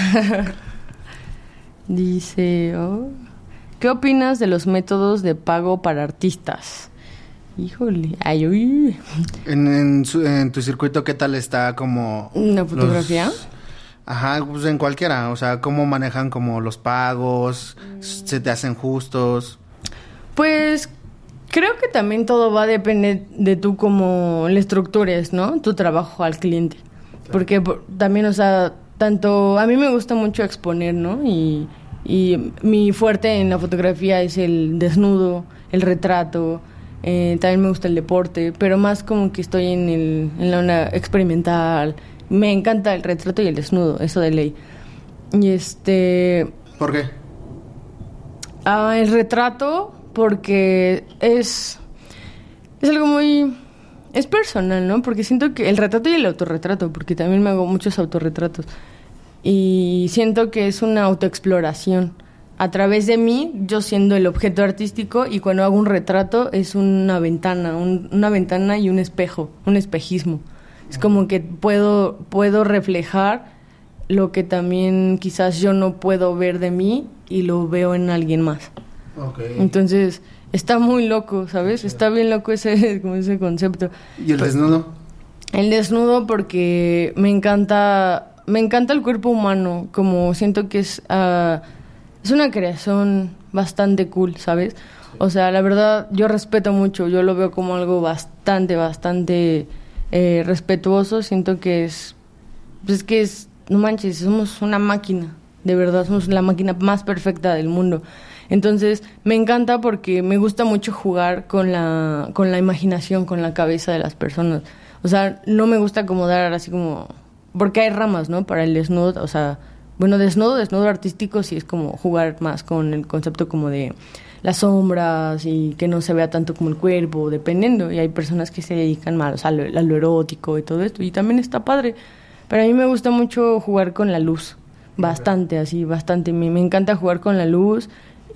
F: Dice, oh, ¿qué opinas de los métodos de pago para artistas? Híjole, ay, uy.
B: En, en, su, en tu circuito, ¿qué tal está como...
F: ¿Una fotografía?
B: Los... Ajá, pues en cualquiera, o sea, ¿cómo manejan como los pagos? Mm. ¿Se te hacen justos?
F: Pues creo que también todo va a depender de tú cómo le estructures, ¿no? Tu trabajo al cliente. Claro. Porque por, también, o sea, tanto... A mí me gusta mucho exponer, ¿no? Y, y mi fuerte en la fotografía es el desnudo, el retrato, eh, también me gusta el deporte, pero más como que estoy en, el, en la onda experimental... me encanta el retrato y el desnudo, eso de ley. Y este...
B: ¿Por qué?
F: Ah, el retrato, porque es... Es algo muy... Es personal, ¿no? Porque siento que el retrato y el autorretrato, porque también me hago muchos autorretratos. Y siento que es una autoexploración. A través de mí, yo siendo el objeto artístico, y cuando hago un retrato es una ventana, un, una ventana y un espejo, un espejismo. Es como que puedo, puedo reflejar lo que también quizás yo no puedo ver de mí y lo veo en alguien más.
B: Okay.
F: Entonces, está muy loco, ¿sabes? Está bien loco ese, como ese concepto.
B: ¿Y el desnudo?
F: El desnudo porque me encanta, me encanta el cuerpo humano, como siento que es... Uh, Es una creación bastante cool, ¿sabes? O sea, la verdad, yo respeto mucho, yo lo veo como algo bastante, bastante eh, respetuoso. Siento que es, pues que es, no manches, somos una máquina, de verdad, somos la máquina más perfecta del mundo. Entonces, me encanta porque me gusta mucho jugar con la, con la imaginación, con la cabeza de las personas. O sea, no me gusta como dar así como, porque hay ramas, ¿no? Para el desnudo, o sea... Bueno, desnudo, desnudo artístico sí es como jugar más con el concepto como de las sombras y que no se vea tanto como el cuerpo, dependiendo. Y hay personas que se dedican más, o sea, a lo, a lo erótico y todo esto, y también está padre. Pero a mí me gusta mucho jugar con la luz, bastante, así, bastante. Me, me encanta jugar con la luz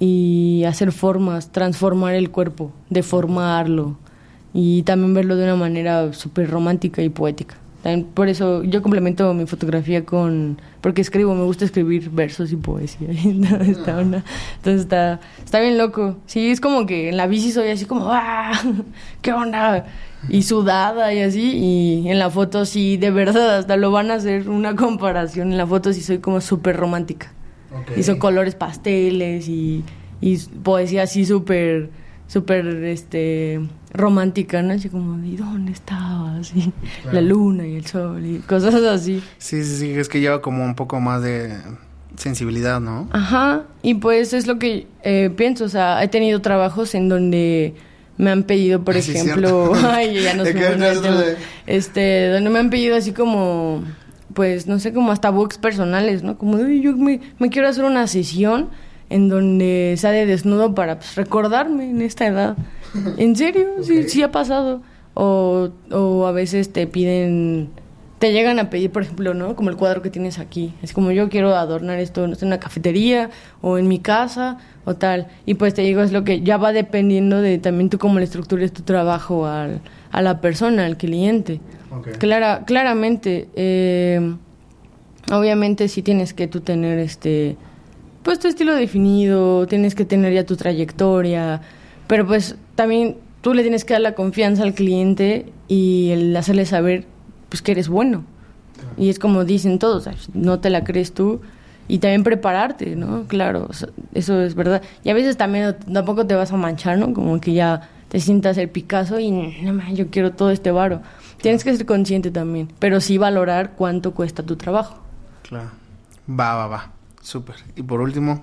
F: y hacer formas, transformar el cuerpo, deformarlo y también verlo de una manera súper romántica y poética. Por eso yo complemento mi fotografía con... Porque escribo, me gusta escribir versos y poesía. está una, entonces está, está bien loco. Sí, es como que en la bici soy así como... ¡Ah! ¿Qué onda? Y sudada y así. Y en la foto sí, de verdad, hasta lo van a hacer una comparación. En la foto sí soy como súper romántica. Okay. Y son colores pasteles y, y poesía así súper... súper este romántica, ¿no? Así como, ¿y dónde estabas? Y claro. La luna y el sol y cosas así.
B: Sí, sí, sí, es que lleva como un poco más de sensibilidad, ¿no?
F: Ajá, y pues es lo que eh, pienso, o sea, he tenido trabajos en donde me han pedido, por sí, ejemplo... Ay, ya no sé, de... Este, donde me han pedido así como, pues, no sé, como hasta books personales, ¿no? Como, yo me, me quiero hacer una sesión en donde sale desnudo para pues, recordarme en esta edad. ¿En serio? Okay. Sí, sí ha pasado. O, o a veces te piden, te llegan a pedir, por ejemplo, ¿no? Como el cuadro que tienes aquí. Es como yo quiero adornar esto, no sé, en una cafetería o en mi casa o tal. Y pues te digo, es lo que ya va dependiendo de también tú cómo le estructures tu trabajo al, a la persona, al cliente. Okay. Clara, claramente, eh, obviamente sí tienes que tú tener este... pues tu estilo definido, tienes que tener ya tu trayectoria, pero pues también tú le tienes que dar la confianza al cliente y el hacerle saber pues que eres bueno. Y es como dicen todos, ¿sabes? No te la crees tú, y también prepararte, ¿no? Claro, o sea, eso es verdad. Y a veces también tampoco te vas a manchar, ¿no? Como que ya te sientas el Picasso y no man, yo quiero todo este varo. Tienes que ser consciente también, pero sí valorar cuánto cuesta tu trabajo.
B: Claro. Va, va, va. Súper. Y por último.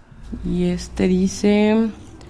F: Y este dice...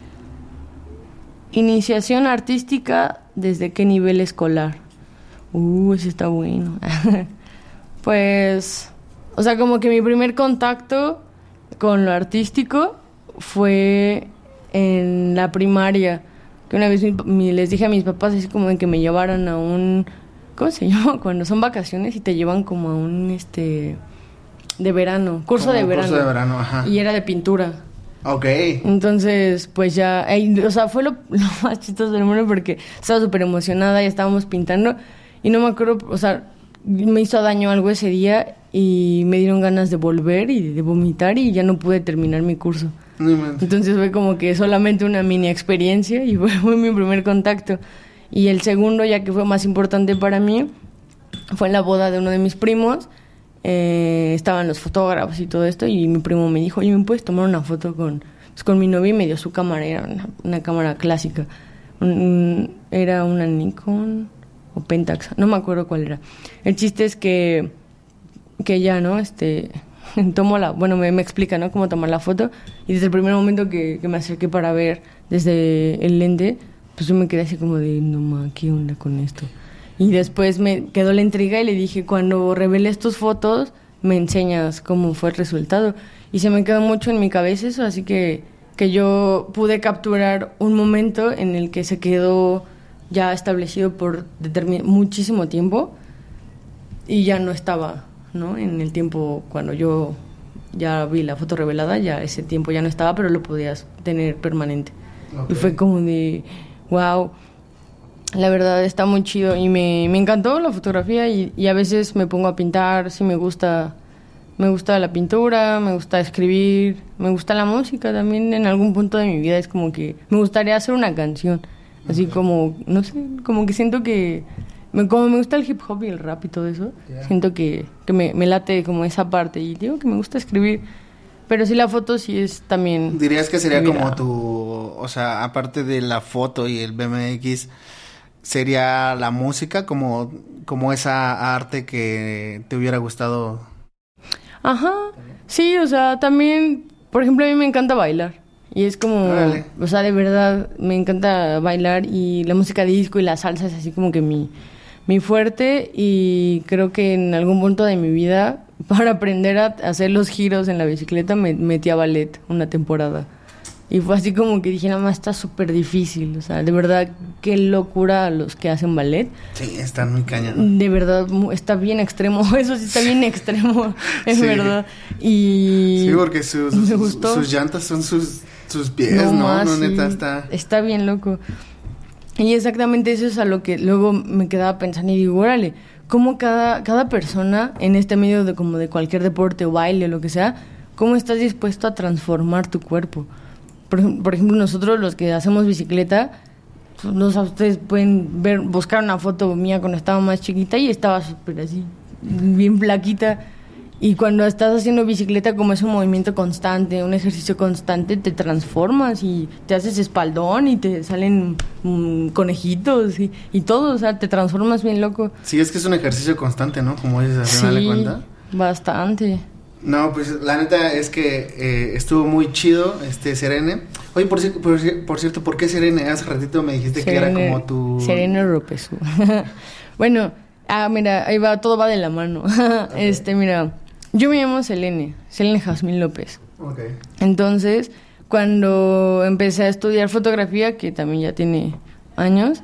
F: Iniciación artística, ¿desde qué nivel escolar? Uh, ese está bueno. Pues... O sea, como que mi primer contacto con lo artístico fue en la primaria. Que una vez mi, mi, les dije a mis papás así como de que me llevaran a un... ¿Cómo se llama? Cuando son vacaciones y te llevan como a un... este de verano, curso como de verano.
B: Curso de verano, ajá.
F: Y era de pintura.
B: Ok.
F: Entonces, pues ya, eh, o sea, fue lo, lo más chistoso del mundo porque estaba súper emocionada y estábamos pintando y no me acuerdo, o sea, me hizo daño algo ese día y me dieron ganas de volver y de vomitar y ya no pude terminar mi curso.
B: No,
F: entonces fue como que solamente una mini experiencia y fue, fue mi primer contacto. Y el segundo, ya que fue más importante para mí, fue en la boda de uno de mis primos. Eh, estaban los fotógrafos y todo esto y mi primo me dijo, oye, ¿me puedes tomar una foto con, pues, con mi novia? Y me dio su cámara, era una, una cámara clásica, un, un, era una Nikon o Pentax, no me acuerdo cuál era. El chiste es que que ya, ¿no? Este, tomo la, bueno, me, me explica, ¿no? Cómo tomar la foto y desde el primer momento que, que me acerqué para ver desde el lente, pues yo me quedé así como de, no ma, ¿qué onda con esto? Y después me quedó la intriga y le dije, cuando reveles tus fotos, me enseñas cómo fue el resultado. Y se me quedó mucho en mi cabeza eso, así que, que yo pude capturar un momento en el que se quedó ya establecido por determin- muchísimo tiempo y ya no estaba, ¿no? En el tiempo cuando yo ya vi la foto revelada, ya ese tiempo ya no estaba, pero lo podías tener permanente. Okay. Y fue como de, wow, la verdad está muy chido y me, me encantó la fotografía y, y a veces me pongo a pintar, sí me gusta, me gusta la pintura, me gusta escribir, me gusta la música también. En algún punto de mi vida es como que me gustaría hacer una canción, así okay. como, no sé, como que siento que, me, como me gusta el hip hop y el rap y todo eso, yeah. siento que, que me, me late como esa parte y digo que me gusta escribir. Pero sí, la foto sí es también...
B: ¿Dirías que sería como tu... O sea, aparte de la foto y el B M X, sería la música como, como esa arte que te hubiera gustado?
F: Ajá. Sí, o sea, también... Por ejemplo, a mí me encanta bailar. Y es como... Vale. O sea, de verdad, me encanta bailar. Y la música disco y la salsa es así como que mi, mi fuerte. Y creo que en algún punto de mi vida... Para aprender a hacer los giros en la bicicleta me metí a ballet una temporada. Y fue así como que dije, nada más está súper difícil. O sea, de verdad, qué locura los que hacen ballet.
B: Sí, están muy cañón.
F: De verdad, está bien extremo. Eso sí está bien extremo, es sí. verdad. Y
B: sí, porque sus, me gustó. sus llantas son sus, sus pies, ¿no? ¿no?
F: Más,
B: no
F: sí.
B: neta, está...
F: Está bien loco. Y exactamente eso es a lo que luego me quedaba pensando y digo, órale, cómo cada, cada persona en este medio de como de cualquier deporte o baile o lo que sea, cómo estás dispuesto a transformar tu cuerpo. Por, por ejemplo, nosotros los que hacemos bicicleta, pues, no sé, ustedes pueden ver, buscar una foto mía cuando estaba más chiquita y estaba súper así, bien flaquita. Y cuando estás haciendo bicicleta, como es un movimiento constante, un ejercicio constante, te transformas y te haces espaldón y te salen mmm, conejitos y, y todo, o sea, te transformas bien loco.
B: Sí, es que es un ejercicio constante, ¿no? Como dices, al final de cuentas.
F: Sí, bastante.
B: No, pues la neta es que eh, estuvo muy chido, este, Serene. Oye, por, por, por cierto, ¿por qué Serene? Hace ratito me dijiste Serene, que era como tu...
F: Serene Ropesu. Bueno, ah, mira, ahí va, todo va de la mano. Okay. Este, mira... Yo me llamo Selene, Selene Jazmín López.
B: Okay.
F: Entonces, cuando empecé a estudiar fotografía, que también ya tiene años,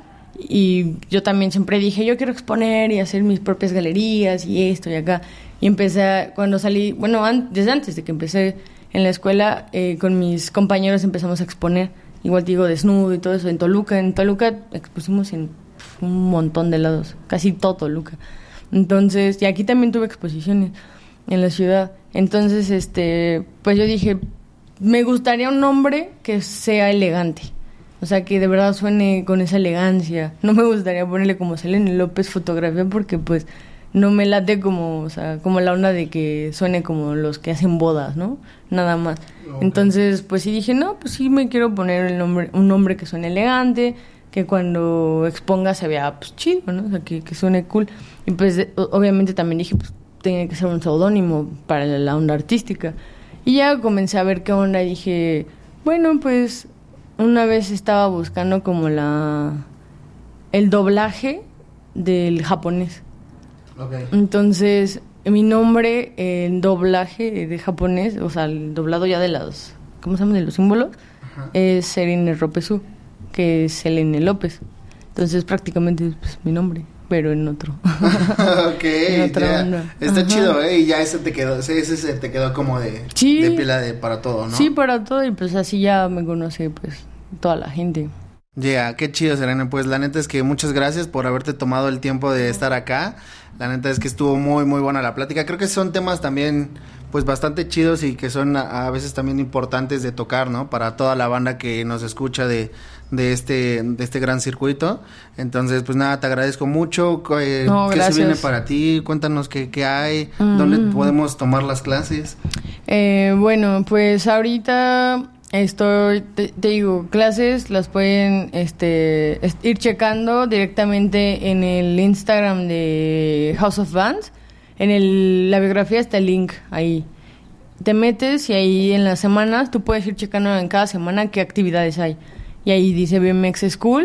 F: y yo también siempre dije, yo quiero exponer y hacer mis propias galerías y esto y acá. Y empecé, a, cuando salí, bueno, an, desde antes de que empecé en la escuela, eh, con mis compañeros empezamos a exponer. Igual te digo, desnudo y todo eso, en Toluca. En Toluca expusimos en un montón de lados, casi todo Toluca. Entonces, y aquí también tuve exposiciones en la ciudad. Entonces, este, pues yo dije, me gustaría un nombre que sea elegante. O sea, que de verdad suene con esa elegancia. No me gustaría ponerle como Selene López Fotografía porque, pues, no me late como, o sea, como la onda de que suene como los que hacen bodas, ¿no? Nada más. Okay. Entonces, pues sí dije, no, pues sí me quiero poner el nombre, un nombre que suene elegante, que cuando exponga se vea, pues, chido, ¿no? O sea, que, que suene cool. Y pues, obviamente también dije, pues, tiene que ser un seudónimo para la onda artística. Y ya comencé a ver qué onda y dije, bueno, pues una vez estaba buscando como la el doblaje del japonés.
B: Okay.
F: Entonces, mi nombre en doblaje de japonés, o sea, el doblado ya de los, ¿cómo se llama? De los símbolos, uh-huh. es Serene Ropesu, que es Selene López. Entonces, prácticamente es pues, mi nombre, pero en otro.
B: Ok, en otra onda. Está Ajá. chido, ¿eh? Y ya ese te quedó, ese, ese te quedó como de,
F: sí.
B: de pila de para todo, ¿no?
F: Sí, para todo, y pues así ya me conoce, pues, toda la gente.
B: Ya, yeah, qué chido, Serena. Pues la neta es que muchas gracias por haberte tomado el tiempo de estar acá. La neta es que estuvo muy, muy buena la plática. Creo que son temas también, pues, bastante chidos y que son a, a veces también importantes de tocar, ¿no? Para toda la banda que nos escucha de, de este de este gran circuito. Entonces, pues nada, te agradezco mucho. Eh,
F: no,
B: ¿Qué
F: gracias.
B: se viene para ti? Cuéntanos qué, qué hay, mm-hmm. dónde podemos tomar las clases.
F: Eh, bueno, pues ahorita... Estoy, te, te digo, clases las pueden este, ir checando directamente en el Instagram de House of Bands. En el, la biografía está el link ahí. Te metes y ahí en las semanas tú puedes ir checando en cada semana qué actividades hay. Y ahí dice B M X School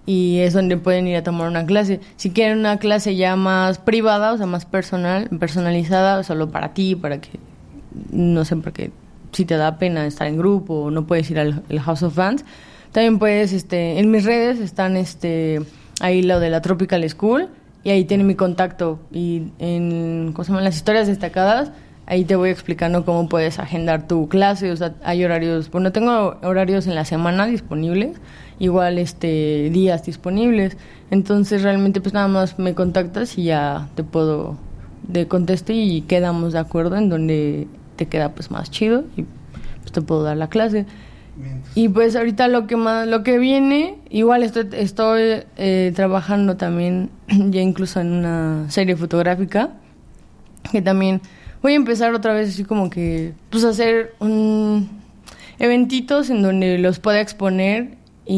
F: y es donde pueden ir a tomar una clase. Si quieren una clase ya más privada, o sea, más personal, personalizada, solo para ti, para que, no sé, porque si te da pena estar en grupo o no puedes ir al, al House of Bands, también puedes, este, en mis redes están este, ahí lo de la Tropical School, y ahí tiene mi contacto, y en, ¿cómo se llaman? Las historias destacadas, ahí te voy explicando cómo puedes agendar tu clase. O sea, hay horarios, bueno, tengo horarios en la semana disponibles, igual este días disponibles, entonces realmente pues nada más me contactas y ya te puedo, te contesto y quedamos de acuerdo en donde te queda pues más chido y pues te puedo dar la clase. Bien. Y pues ahorita lo que más, lo que viene, igual estoy, estoy eh, trabajando también ya incluso en una serie fotográfica, que también voy a empezar otra vez así como que pues hacer un eventitos en donde los pueda exponer,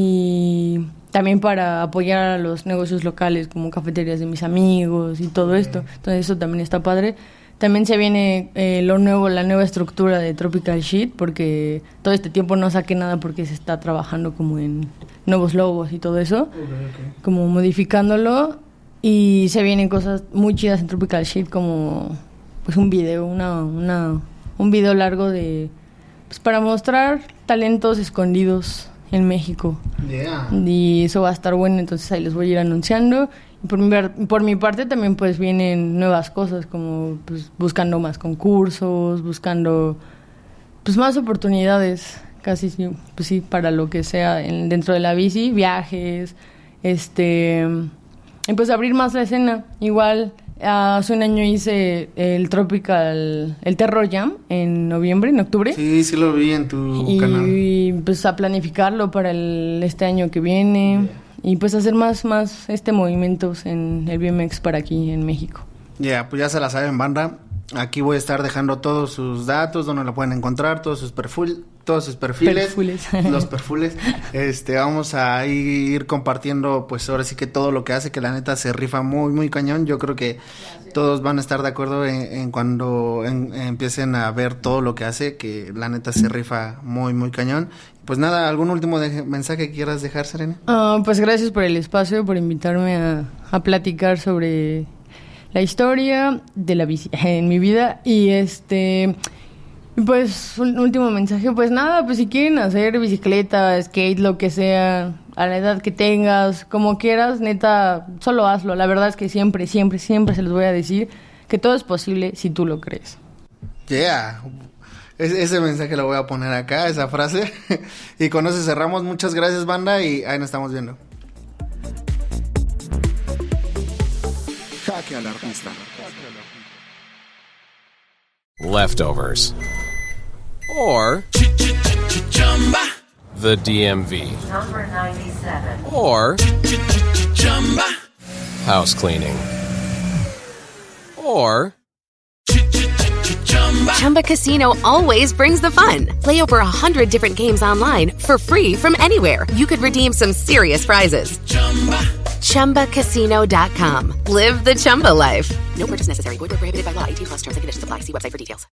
F: y también para apoyar a los negocios locales como cafeterías de mis amigos y todo esto. Entonces eso también está padre. También se viene eh, lo nuevo, la nueva estructura de Tropical Shit, porque todo este tiempo no saqué nada porque se está trabajando como en nuevos logos y todo eso, okay, okay. como modificándolo, y se vienen cosas muy chidas en Tropical Shit, como pues un video, una, una un video largo de pues para mostrar talentos escondidos en México. Yeah. Y eso va a estar bueno, entonces ahí les voy a ir anunciando. Y por mi, por mi parte también pues vienen nuevas cosas, como pues buscando más concursos, buscando pues más oportunidades, casi sí, pues sí, para lo que sea en, dentro de la bici, viajes, este, y pues abrir más la escena. Igual hace un año hice el Tropical, el Terror Jam en noviembre, en octubre.
B: Sí, sí lo vi en tu
F: y,
B: canal.
F: Y pues a planificarlo para el, este año que viene. Yeah. Y pues hacer más, más este movimientos en el B M X para aquí en México.
B: Ya, yeah, pues ya se la saben, banda. Aquí voy a estar dejando todos sus datos, donde la pueden encontrar, todos sus perfil, todos sus perfiles,
F: perfules.
B: los perfiles. Este, vamos a ir compartiendo, pues ahora sí que todo lo que hace, que la neta se rifa muy, muy cañón. Yo creo que Gracias. Todos van a estar de acuerdo en, en cuando en, en empiecen a ver todo lo que hace, que la neta se rifa muy, muy cañón. Pues nada, ¿algún último de- mensaje que quieras dejar, Serena?
F: Uh, pues gracias por el espacio, por invitarme a, a platicar sobre la historia de la bici en mi vida. Y este, pues un último mensaje, pues nada, pues si quieren hacer bicicleta, skate, lo que sea, a la edad que tengas, como quieras, neta, solo hazlo. La verdad es que siempre, siempre, siempre se los voy a decir que todo es posible si tú lo crees.
B: Yeah. Ese mensaje lo voy a poner acá, esa frase. Y con eso cerramos. Muchas gracias, banda, y ahí nos estamos viendo. Jaque al artista.
G: Leftovers. Or the D M V.
H: Number ninety-seven.
G: Or house cleaning. Or
I: Chumba Casino always brings the fun. Play over one hundred different games online for free from anywhere. You could redeem some serious prizes. Chumba Casino dot com. Live the Chumba life. No purchase necessary. Void where prohibited by law. eighteen plus terms and conditions apply. See website for details.